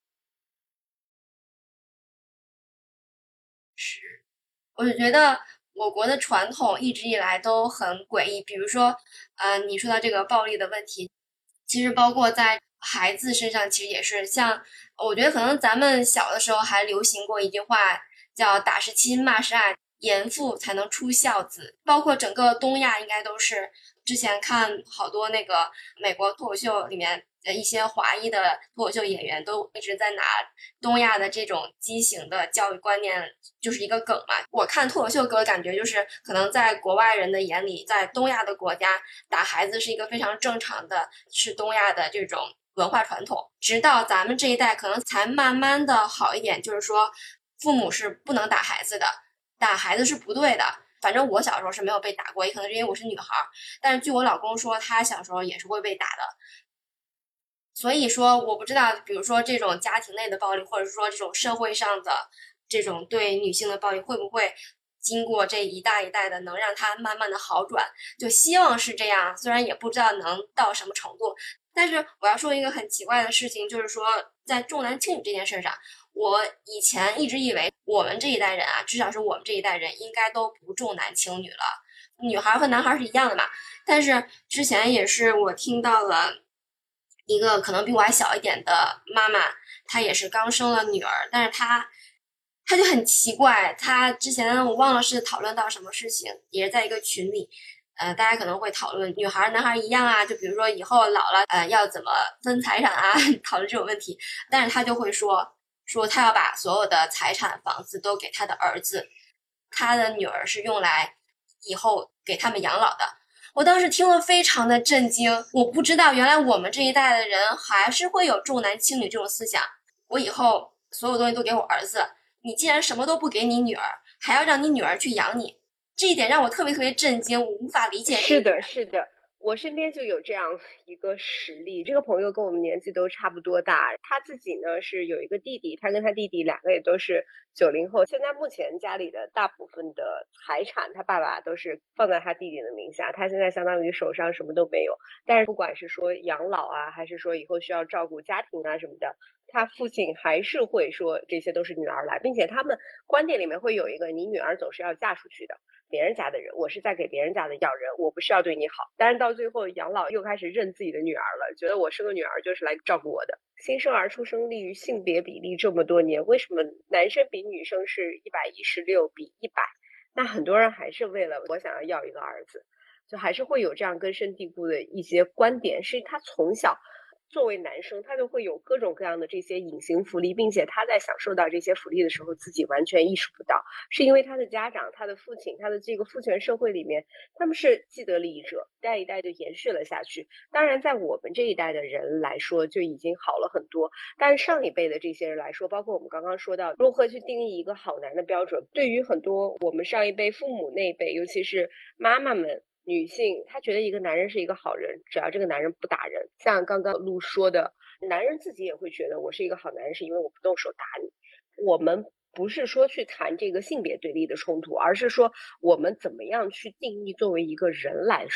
是，我就觉得我国的传统一直以来都很诡异，比如说，你说到这个暴力的问题，其实包括在孩子身上，其实也是像，我觉得可能咱们小的时候还流行过一句话，叫“打是亲，骂是爱，严父才能出孝子”。包括整个东亚，应该都是之前看好多那个美国脱口秀里面的一些华裔的脱口秀演员，都一直在拿东亚的这种畸形的教育观念，就是一个梗嘛。我看脱口秀给我感觉就是，可能在国外人的眼里，在东亚的国家打孩子是一个非常正常的，是东亚的这种文化传统。直到咱们这一代可能才慢慢的好一点，就是说父母是不能打孩子的，打孩子是不对的。反正我小时候是没有被打过，也可能是因为我是女孩，但是据我老公说，他小时候也是会被打的。所以说，我不知道，比如说这种家庭内的暴力，或者说这种社会上的这种对女性的暴力，会不会经过这一代一代的，能让它慢慢的好转？就希望是这样，虽然也不知道能到什么程度。但是我要说一个很奇怪的事情，就是说在重男轻女这件事上，我以前一直以为我们这一代人啊，至少是我们这一代人，应该都不重男轻女了，女孩和男孩是一样的嘛。但是之前也是我听到了一个可能比我还小一点的妈妈，她也是刚生了女儿，但是她就很奇怪，她之前我忘了是讨论到什么事情，也是在一个群里，大家可能会讨论女孩男孩一样啊，就比如说以后老了，要怎么分财产啊，讨论这种问题，但是她就会说她要把所有的财产房子都给她的儿子，她的女儿是用来以后给他们养老的。我当时听了非常的震惊，我不知道原来我们这一代的人还是会有重男轻女这种思想。我以后所有东西都给我儿子，你既然什么都不给你女儿，还要让你女儿去养你，这一点让我特别特别震惊，我无法理解。 是的，是的，我身边就有这样一个实例。这个朋友跟我们年纪都差不多大，他自己呢是有一个弟弟，他跟他弟弟两个也都是90后。现在目前家里的大部分的财产，他爸爸都是放在他弟弟的名下，他现在相当于手上什么都没有。但是不管是说养老啊，还是说以后需要照顾家庭啊什么的，他父亲还是会说这些都是女儿来，并且他们观点里面会有一个，你女儿总是要嫁出去的。别人家的人，我是在给别人家的养人，我不是要对你好。但是到最后，养老又开始认自己的女儿了，觉得我生个女儿就是来照顾我的。新生儿出生率与性别比例这么多年，为什么男生比女生是116比100？那很多人还是为了我想要一个儿子，就还是会有这样根深蒂固的一些观点，是他从小作为男生，他就会有各种各样的这些隐形福利，并且他在享受到这些福利的时候，自己完全意识不到，是因为他的家长、他的父亲、他的这个父权社会里面，他们是既得利益者，一代一代就延续了下去。当然，在我们这一代的人来说，就已经好了很多。但是上一辈的这些人来说，包括我们刚刚说到如何去定义一个好男的标准，对于很多我们上一辈父母那一辈，尤其是妈妈们。女性，她觉得一个男人是一个好人，只要这个男人不打人。像刚刚陆说的，男人自己也会觉得我是一个好男人，是因为我不动手打你。我们不是说去谈这个性别对立的冲突，而是说我们怎么样去定义作为一个人来说，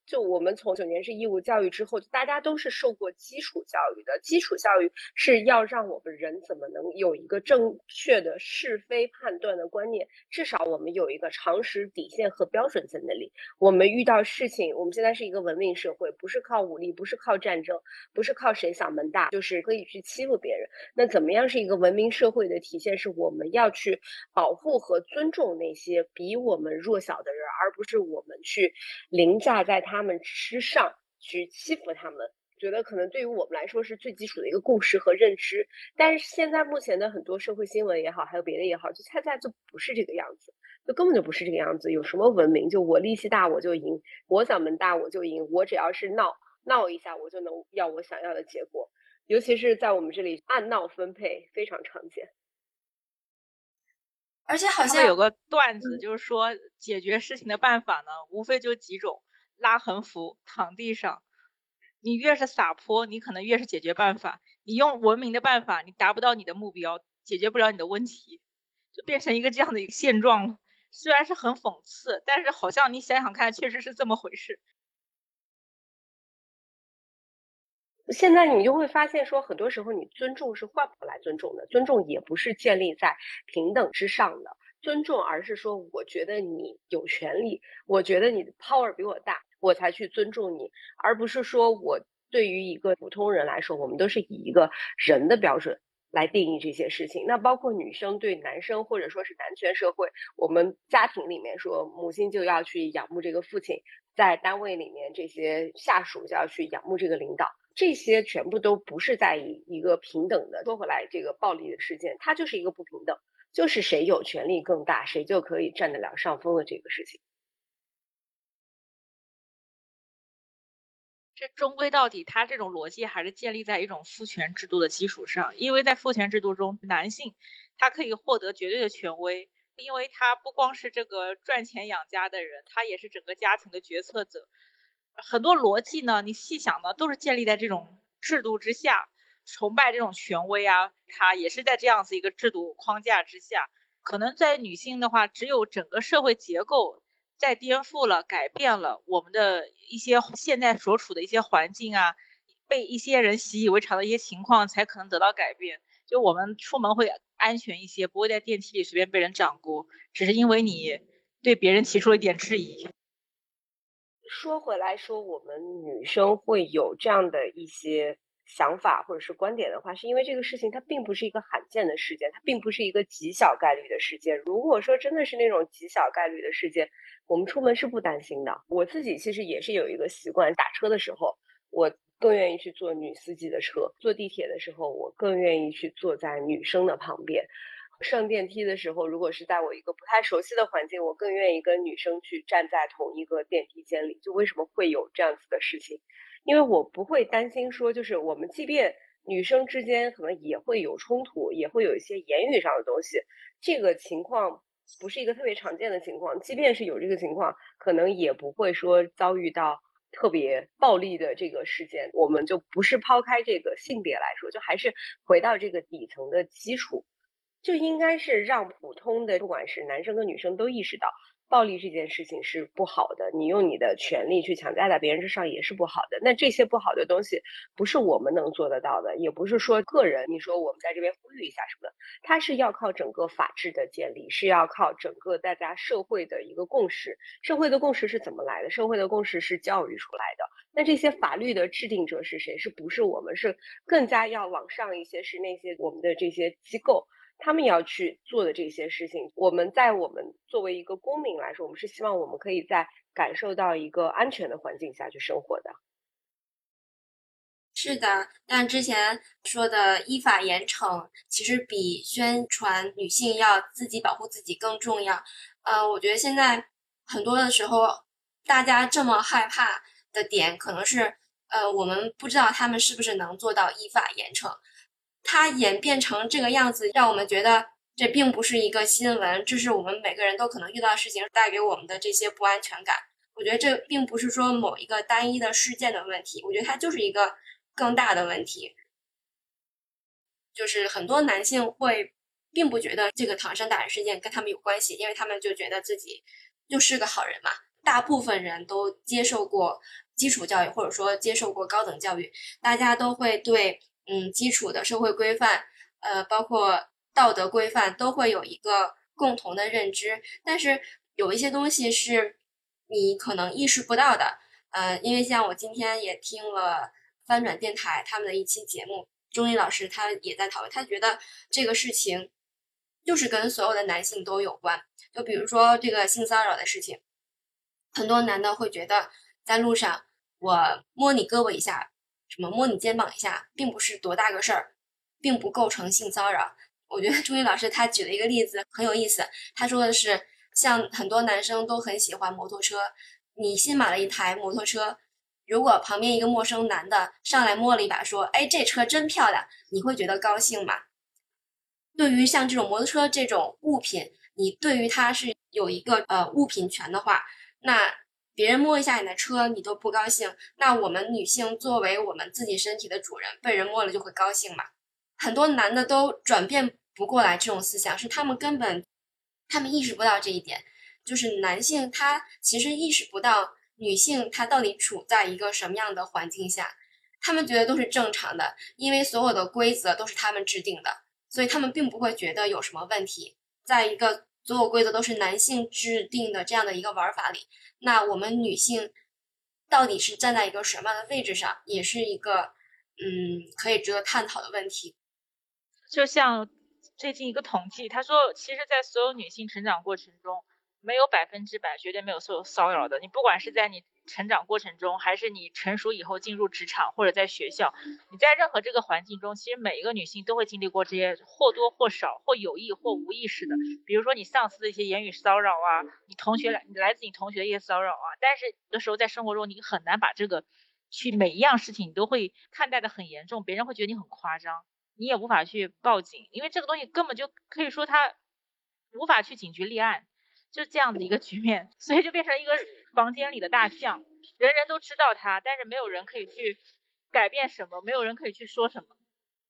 就我们从9年制义务教育之后，大家都是受过基础教育的。基础教育是要让我们人怎么能有一个正确的是非判断的观念，至少我们有一个常识底线和标准在那里。我们遇到事情，我们现在是一个文明社会，不是靠武力，不是靠战争，不是靠谁嗓门大，就是可以去欺负别人。那怎么样是一个文明社会的体现？是我们要去保护和尊重那些比我们弱小的人，而不是我们去凌驾在他们之上去欺负他们。觉得可能对于我们来说是最基础的一个共识和认知，但是现在目前的很多社会新闻也好，还有别的也好，就恰恰就不是这个样子，就根本就不是这个样子。有什么文明？就我力气大我就赢，我嗓门大我就赢，我只要是闹一下，我就能要我想要的结果。尤其是在我们这里，按闹分配非常常见。 而且好像有个段子，就是说解决事情的办法呢，无非就几种：拉横幅、躺地上。你越是撒泼，你可能越是解决办法。你用文明的办法，你达不到你的目标，解决不了你的问题，就变成一个这样的一个现状了。虽然是很讽刺，但是好像你想想看，确实是这么回事。 现在你就会发现说，很多时候你尊重是换不来尊重的，尊重也不是建立在平等之上的尊重，而是说我觉得你有权利，我觉得你的 power 比我大，我才去尊重你，而不是说我对于一个普通人来说，我们都是以一个人的标准来定义这些事情。那包括女生对男生，或者说是男权社会，我们家庭里面说母亲就要去仰慕这个父亲，在单位里面这些下属就要去仰慕这个领导，这些全部都不是在一个平等的。说回来，这个暴力的事件，它就是一个不平等，就是谁有权力更大，谁就可以占得了上风的这个事情。 这终归到底，它这种逻辑还是建立在一种父权制度的基础上。因为在父权制度中，男性他可以获得绝对的权威，因为他不光是这个赚钱养家的人，他也是整个家庭的决策者。很多逻辑呢，你细想呢，都是建立在这种制度之下，崇拜这种权威啊，它也是在这样子一个制度框架之下。可能在女性的话，只有整个社会结构在颠覆了、改变了我们的一些现在所处的一些环境啊，被一些人习以为常的一些情况，才可能得到改变。就我们出门会安全一些，不会在电梯里随便被人掌掴，只是因为你对别人提出了一点质疑。 说回来说，我们女生会有这样的一些想法或者是观点的话，是因为这个事情它并不是一个罕见的事件，它并不是一个极小概率的事件。如果说真的是那种极小概率的事件，我们出门是不担心的。我自己其实也是有一个习惯，打车的时候我更愿意去坐女司机的车，坐地铁的时候我更愿意去坐在女生的旁边。上电梯的时候，如果是在我一个不太熟悉的环境，我更愿意跟女生去站在同一个电梯间里。就为什么会有这样子的事情？因为我不会担心说，就是我们即便女生之间可能也会有冲突，也会有一些言语上的东西，这个情况不是一个特别常见的情况。即便是有这个情况，可能也不会说遭遇到特别暴力的这个事件。我们就不是抛开这个性别来说，就还是回到这个底层的基础。就应该是让普通的不管是男生跟女生都意识到暴力这件事情是不好的，你用你的权利去强加在别人之上也是不好的。那这些不好的东西不是我们能做得到的，也不是说个人你说我们在这边呼吁一下什么的，它是要靠整个法治的建立，是要靠整个大家社会的一个共识。社会的共识是怎么来的？社会的共识是教育出来的。那这些法律的制定者是谁？是不是我们？是更加要往上一些，是那些我们的这些机构他们要去做的这些事情。我们作为一个公民来说，我们是希望我们可以在感受到一个安全的环境下去生活的。 是的，但之前说的依法严惩，其实比宣传女性要自己保护自己更重要。我觉得现在很多的时候，大家这么害怕的点，可能是我们不知道他们是不是能做到依法严惩。它演变成这个样子，让我们觉得这并不是一个新闻，这是我们每个人都可能遇到的事情带给我们的这些不安全感。我觉得这并不是说某一个单一的事件的问题，我觉得它就是一个更大的问题。就是很多男性并不觉得这个唐山打人事件跟他们有关系，因为他们就觉得自己就是个好人嘛。 大部分人都接受过基础教育，或者说接受过高等教育，大家都会对基础的社会规范，包括道德规范都会有一个共同的认知。但是有一些东西是你可能意识不到的，因为像我今天也听了翻转电台他们的一期节目，钟丽老师他也在讨论，他觉得这个事情就是跟所有的男性都有关。就比如说这个性骚扰的事情，很多男的会觉得在路上我摸你胳膊一下，什么摸你肩膀一下，并不是多大个事儿，并不构成性骚扰。我觉得钟丽老师他举了一个例子很有意思，他说的是像很多男生都很喜欢摩托车，你新买了一台摩托车，如果旁边一个陌生男的上来摸了一把说，哎，这车真漂亮，你会觉得高兴吗？对于像这种摩托车这种物品，你对于它是有一个物品权的话，那别人摸一下你的车你都不高兴，那我们女性作为我们自己身体的主人，被人摸了就会高兴嘛？很多男的都转变不过来这种思想，是他们意识不到这一点，就是男性他其实意识不到女性她到底处在一个什么样的环境下，他们觉得都是正常的，因为所有的规则都是他们制定的，所以他们并不会觉得有什么问题。在一个所有规则都是男性制定的这样的一个玩法里，那我们女性到底是站在一个什么样的位置上，也是一个可以值得探讨的问题。 就像最近一个统计，他说，其实，在所有女性成长过程中，没有100%，绝对没有所有骚扰的。你不管是在你成长过程中，还是你成熟以后进入职场，或者在学校，你在任何这个环境中，其实每一个女性都会经历过这些或多或少、或有意或无意识的，比如说你上司的一些言语骚扰啊，你来自你同学的一些骚扰啊。但是有的时候在生活中，你很难把这个去每一样事情你都会看待的很严重，别人会觉得你很夸张。你也无法去报警，因为这个东西根本就可以说他无法去警局立案，就这样的一个局面，所以就变成一个房间里的大象，人人都知道他，但是没有人可以去改变什么，没有人可以去说什么。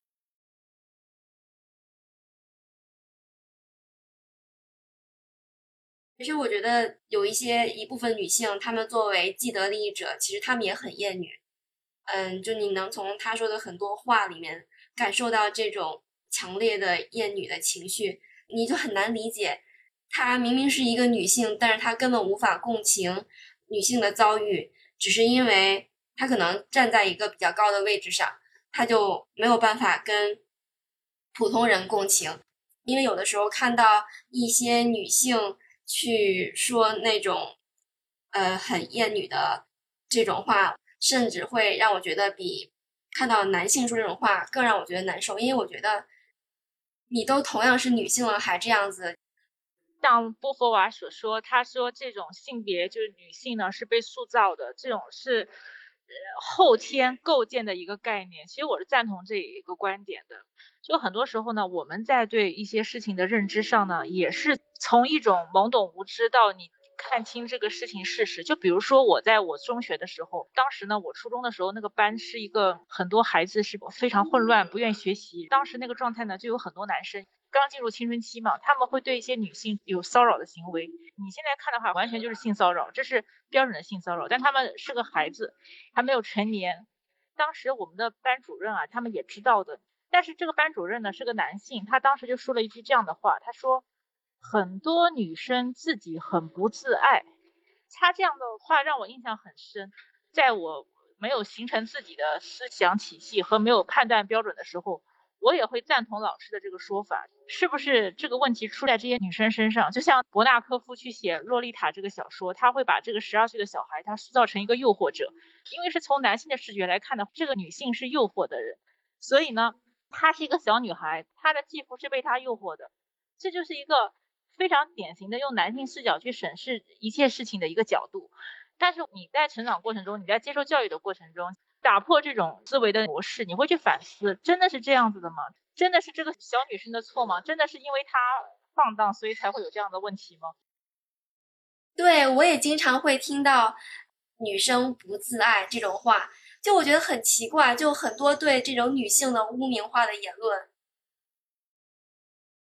其实我觉得有一部分女性，她们作为既得利益者，其实她们也很厌女。就你能从她说的很多话里面感受到这种强烈的厌女的情绪，你就很难理解，她明明是一个女性，但是她根本无法共情女性的遭遇，只是因为她可能站在一个比较高的位置上，她就没有办法跟普通人共情。因为有的时候看到一些女性去说那种很厌女的这种话，甚至会让我觉得比看到男性说这种话更让我觉得难受，因为我觉得你都同样是女性了还这样子。 像波伏娃所说，他说这种性别就是女性呢是被塑造的，这种是后天构建的一个概念。其实我是赞同这一个观点的。就很多时候呢，我们在对一些事情的认知上呢，也是从一种懵懂无知到你看清这个事情事实。就比如说我在我中学的时候，当时呢，我初中的时候那个班是一个很多孩子是非常混乱，不愿意学习。当时那个状态呢，就有很多男生刚进入青春期嘛，他们会对一些女性有骚扰的行为。你现在看的话，完全就是性骚扰，这是标准的性骚扰。但他们是个孩子，还没有成年。当时我们的班主任啊，他们也知道的。但是这个班主任呢是个男性，他当时就说了一句这样的话，他说很多女生自己很不自爱。他这样的话让我印象很深，在我没有形成自己的思想体系和没有判断标准的时候，我也会赞同老师的这个说法。是不是这个问题出在这些女生身上？就像伯纳科夫去写《洛丽塔》这个小说，他会把这个12岁的小孩他塑造成一个诱惑者，因为是从男性的视觉来看的，这个女性是诱惑的人，所以呢她是一个小女孩，她的继父是被她诱惑的。这就是一个非常典型的用男性视角去审视一切事情的一个角度。但是你在成长过程中，你在接受教育的过程中，打破这种思维的模式，你会去反思，真的是这样子的吗？真的是这个小女生的错吗？真的是因为她放荡所以才会有这样的问题吗？ 对，我也经常会听到女生不自爱这种话，就我觉得很奇怪，就很多对这种女性的污名化的言论。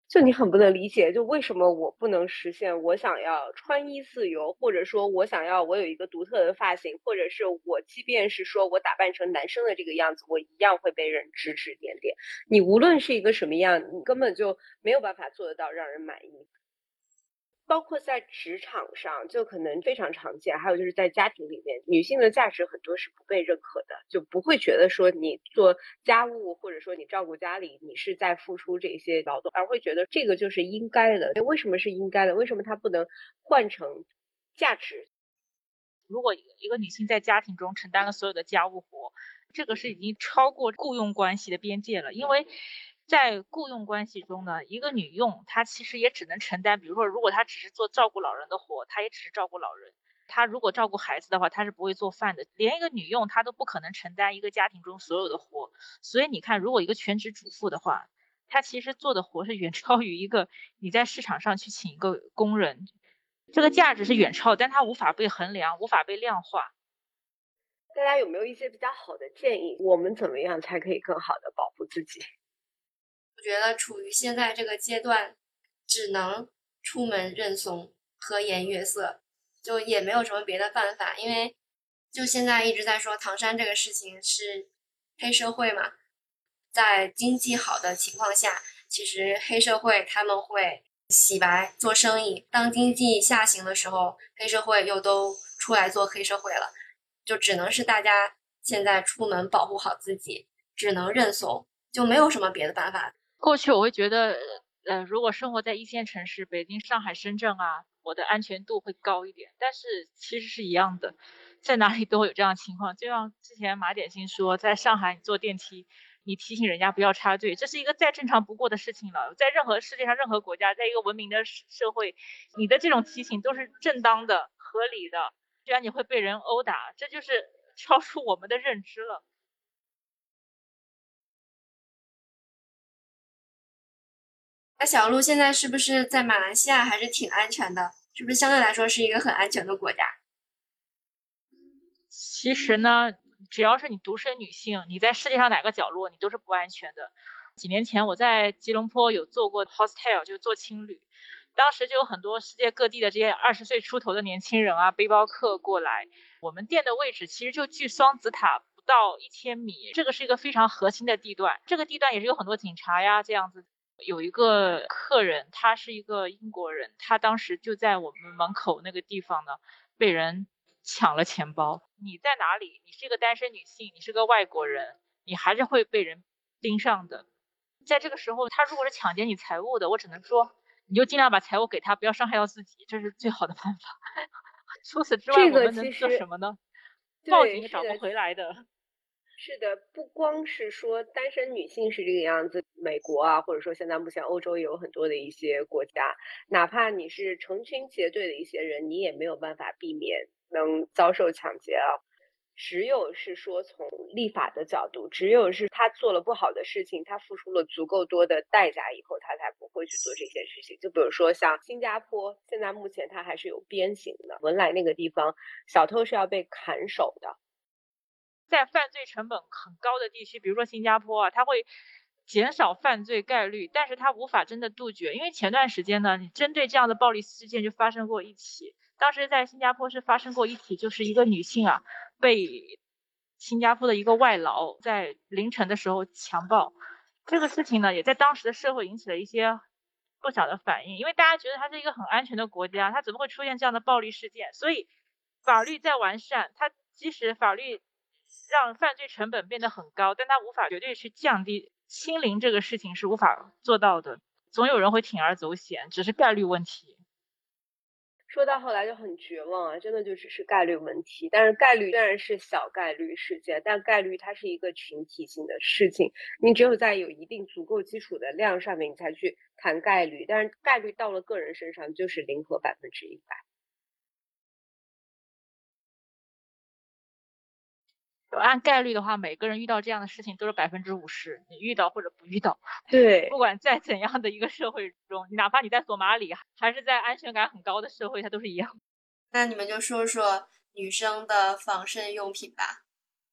就你很不能理解，就为什么我不能实现我想要穿衣自由，或者说我想要我有一个独特的发型，或者是我即便是说我打扮成男生的这个样子，我一样会被人指指点点。你无论是一个什么样，你根本就没有办法做得到让人满意。包括在职场上，就可能非常常见，还有就是在家庭里面，女性的价值很多是不被认可的，就不会觉得说你做家务或者说你照顾家里，你是在付出这些劳动，而会觉得这个就是应该的。为什么是应该的？为什么它不能换成价值？ 如果一个女性在家庭中承担了所有的家务活，这个是已经超过雇佣关系的边界了。因为在雇佣关系中呢，一个女佣她其实也只能承担，比如说如果她只是做照顾老人的活，她也只是照顾老人。她如果照顾孩子的话，她是不会做饭的。连一个女佣她都不可能承担一个家庭中所有的活。所以你看，如果一个全职主妇的话，她其实做的活是远超于一个你在市场上去请一个工人，这个价值是远超，但它无法被衡量，无法被量化。 大家有没有一些比较好的建议？我们怎么样才可以更好的保护自己？ 我觉得处于现在这个阶段，只能出门认怂，和颜悦色，就也没有什么别的办法。因为就现在一直在说唐山这个事情是黑社会嘛，在经济好的情况下，其实黑社会他们会洗白做生意，当经济下行的时候，黑社会又都出来做黑社会了，就只能是大家现在出门保护好自己，只能认怂，就没有什么别的办法。 过去我会觉得，如果生活在一线城市，北京、上海、深圳啊，我的安全度会高一点。但是其实是一样的，在哪里都会有这样的情况。就像之前马点心说，在上海你坐电梯，你提醒人家不要插队，这是一个再正常不过的事情了。在任何世界上任何国家，在一个文明的社会，你的这种提醒都是正当的、合理的。居然你会被人殴打，这就是超出我们的认知了。 那小鹿现在是不是在马来西亚还是挺安全的？是不是相对来说是一个很安全的国家？ 其实呢，只要是你独身女性，你在世界上哪个角落，你都是不安全的。几年前我在吉隆坡有做过 hostel， 就是做青旅，当时就有很多世界各地的这些20岁出头的年轻人啊，背包客过来。我们店的位置其实就距双子塔不到1000米，这个是一个非常核心的地段。这个地段也是有很多警察呀，这样子。有一个客人，他是一个英国人，他当时就在我们门口那个地方呢，被人抢了钱包。你在哪里？你是一个单身女性，你是个外国人，你还是会被人盯上的。在这个时候，他如果是抢劫你财物的，我只能说，你就尽量把财物给他，不要伤害到自己，这是最好的办法。除此之外， 这个我们能做其实什么呢？报警对， 也找不回来的。 是的，不光是说单身女性是这个样子，美国啊，或者说现在目前欧洲也有很多的一些国家，哪怕你是成群结队的一些人，你也没有办法避免能遭受抢劫啊。只有是说从立法的角度，只有是他做了不好的事情，他付出了足够多的代价以后，他才不会去做这些事情。就比如说像新加坡，现在目前它还是有鞭刑的，文莱那个地方，小偷是要被砍手的。 在犯罪成本很高的地区，比如说新加坡啊，它会减少犯罪概率，但是它无法真的杜绝。因为前段时间呢，你针对这样的暴力事件就发生过一起，当时在新加坡是发生过一起，就是一个女性啊被新加坡的一个外劳在凌晨的时候强暴。这个事情呢，也在当时的社会引起了一些不小的反应，因为大家觉得它是一个很安全的国家，它怎么会出现这样的暴力事件？所以法律在完善，它即使法律让犯罪成本变得很高，但它无法绝对去降低清零这个事情是无法做到的，总有人会铤而走险，只是概率问题。 说到后来就很绝望啊，真的就只是概率问题。但是概率虽然是小概率事件，但概率它是一个群体性的事情。你只有在有一定足够基础的量上面，你才去谈概率。但是概率到了个人身上就是0和100%。 按概率的话，每个人遇到这样的事情都是50%，你遇到或者不遇到， 对， 不管在怎样的一个社会中，哪怕你在索马里，还是在安全感很高的社会，它都是一样。 那你们就说说女生的防身用品吧，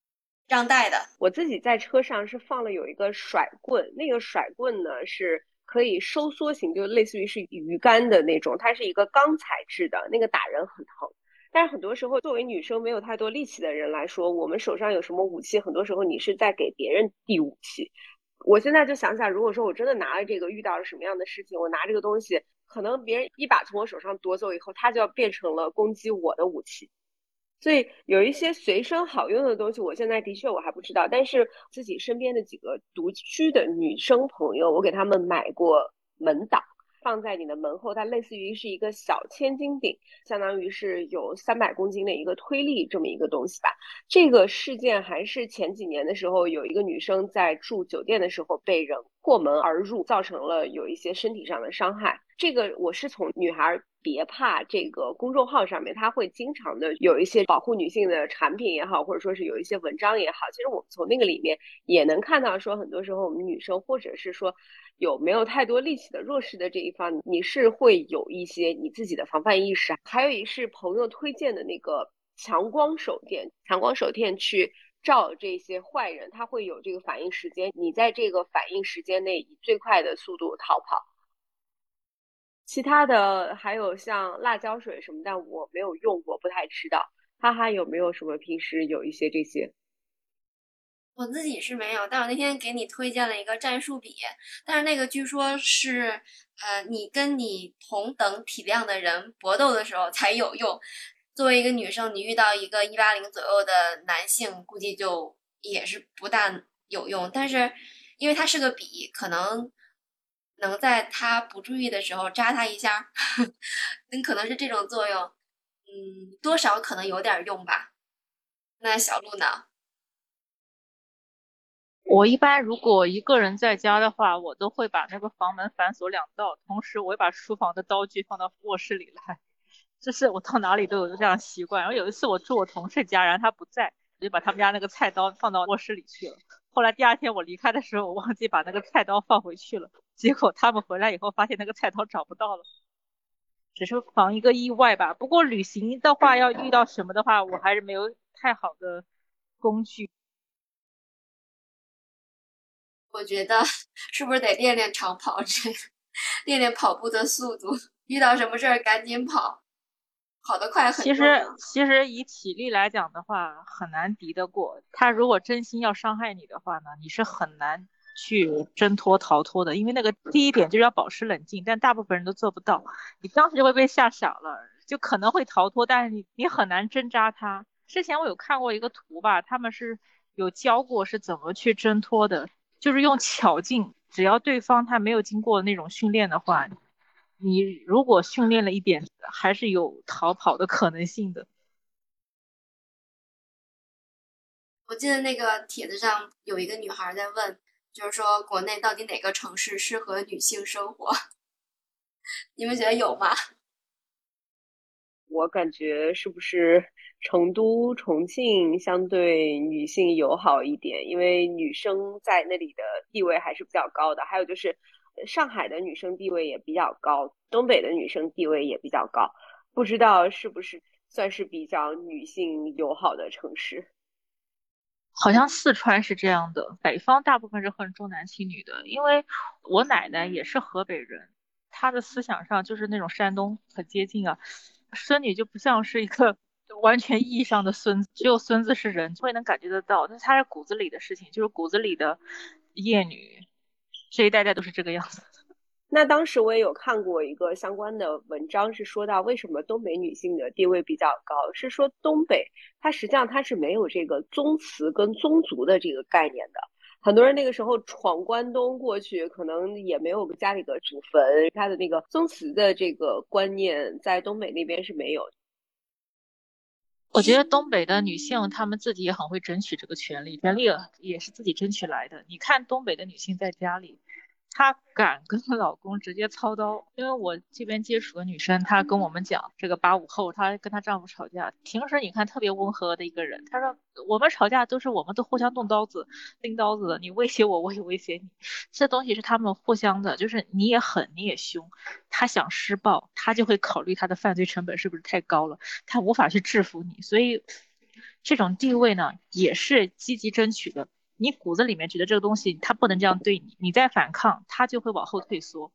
让带的。 我自己在车上是放了有一个甩棍，那个甩棍呢是可以收缩型，就类似于是鱼竿的那种，它是一个钢材质的，那个打人很疼。但是很多时候，作为女生没有太多力气的人来说，我们手上有什么武器，很多时候你是在给别人递武器。我现在就想想，如果说我真的拿了这个，遇到了什么样的事情，我拿这个东西，可能别人一把从我手上夺走以后，它就要变成了攻击我的武器。所以有一些随身好用的东西，我现在的确我还不知道，但是自己身边的几个独居的女生朋友，我给他们买过门挡，放在你的门后，它类似于是一个小千斤顶，相当于是有300公斤的一个推力这么一个东西吧。这个事件还是前几年的时候，有一个女生在住酒店的时候被人破门而入，造成了有一些身体上的伤害。这个我是从女孩别怕这个公众号上面，它会经常的有一些保护女性的产品也好，或者说是有一些文章也好，其实我们从那个里面也能看到说，很多时候我们女生或者是说有没有太多力气的弱势的这一方，你是会有一些你自己的防范意识。还有一是朋友推荐的那个强光手电，强光手电去照这些坏人，他会有这个反应时间，你在这个反应时间内以最快的速度逃跑。其他的还有像辣椒水什么，但我没有用过，不太知道。哈哈，有没有什么平时有一些这些？ 我自己是没有，但我那天给你推荐了一个战术笔，但是那个据说是，你跟你同等体量的人搏斗的时候才有用。作为一个女生，你遇到一个180左右的男性，估计就也是不大有用。但是因为它是个笔，可能能在他不注意的时候扎他一下，可能是这种作用。多少可能有点用吧。那小鹿呢？ 我一般如果一个人在家的话，我都会把那个房门反锁2道，同时我会把书房的刀具放到卧室里来。这是我到哪里都有这样习惯。然后有一次我住我同事家，然后他不在，我就把他们家那个菜刀放到卧室里去了。后来第二天我离开的时候，我忘记把那个菜刀放回去了，结果他们回来以后发现那个菜刀找不到了。只是防一个意外吧。不过旅行的话，要遇到什么的话，我还是没有太好的工具。 我觉得是不是得练练长跑之类的，练练跑步的速度，遇到什么事儿赶紧跑，跑得快很其实， 重要。 其实以体力来讲的话，很难敌得过。他如果真心要伤害你的话呢，你是很难去挣脱逃脱的。因为那个第一点就是要保持冷静，但大部分人都做不到。你当时就会被吓傻了，就可能会逃脱，但是你很难挣扎它。之前我有看过一个图吧，他们是有教过是怎么去挣脱的，就是用巧劲，只要对方他没有经过那种训练的话，你如果训练了一点，还是有逃跑的可能性的。 我记得那个帖子上有一个女孩在问，就是说国内到底哪个城市适合女性生活？你们觉得有吗？ 我感觉是不是成都、重庆相对女性友好一点，因为女生在那里的地位还是比较高的。还有就是上海的女生地位也比较高，东北的女生地位也比较高，不知道是不是算是比较女性友好的城市。 好像四川是这样的，北方大部分是很重男轻女的。因为我奶奶也是河北人，她的思想上就是那种山东很接近啊。孙女就不像是一个完全意义上的孙子，只有孙子是人，会能感觉得到，但是她是骨子里的事情，就是骨子里的厌女，这一代代都是这个样子。 那当时我也有看过一个相关的文章，是说到为什么东北女性的地位比较高，是说东北它实际上它是没有这个宗祠跟宗族的这个概念的。很多人那个时候闯关东过去，可能也没有家里的祖坟，他的那个宗祠的这个观念在东北那边是没有的。 我觉得东北的女性她们自己也很会争取这个权利，权利也是自己争取来的。你看东北的女性在家里，她敢跟老公直接操刀。因为我这边接触的女生，她跟我们讲，这个85后，她跟她丈夫吵架，平时你看特别温和的一个人，她说我们吵架都是我们都互相动刀子、拎刀子的，你威胁我，我也威胁你，这东西是他们互相的，就是你也狠，你也凶，他想施暴，他就会考虑他的犯罪成本是不是太高了，他无法去制服你，所以这种地位呢，也是积极争取的。 你骨子里面觉得这个东西他不能这样对你，你在反抗，他就会往后退缩。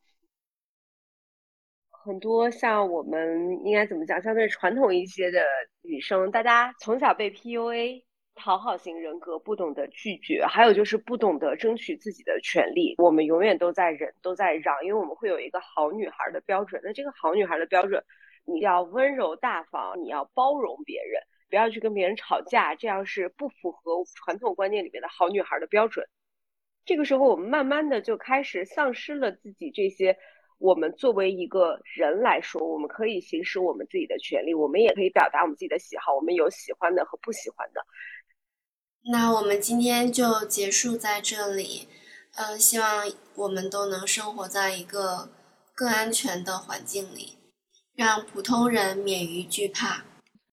很多像我们应该怎么讲，相对传统一些的女生，大家从小被 PUA，讨好型人格，不懂得拒绝，还有就是不懂得争取自己的权利。我们永远都在忍，都在让，因为我们会有一个好女孩的标准。那这个好女孩的标准，你要温柔大方，你要包容别人，不要去跟别人吵架，这样是不符合传统观念里面的好女孩的标准。这个时候我们慢慢的就开始丧失了自己这些，我们作为一个人来说，我们可以行使我们自己的权利，我们也可以表达我们自己的喜好，我们有喜欢的和不喜欢的。 那我们今天就结束在这里，希望我们都能生活在一个更安全的环境里，让普通人免于惧怕。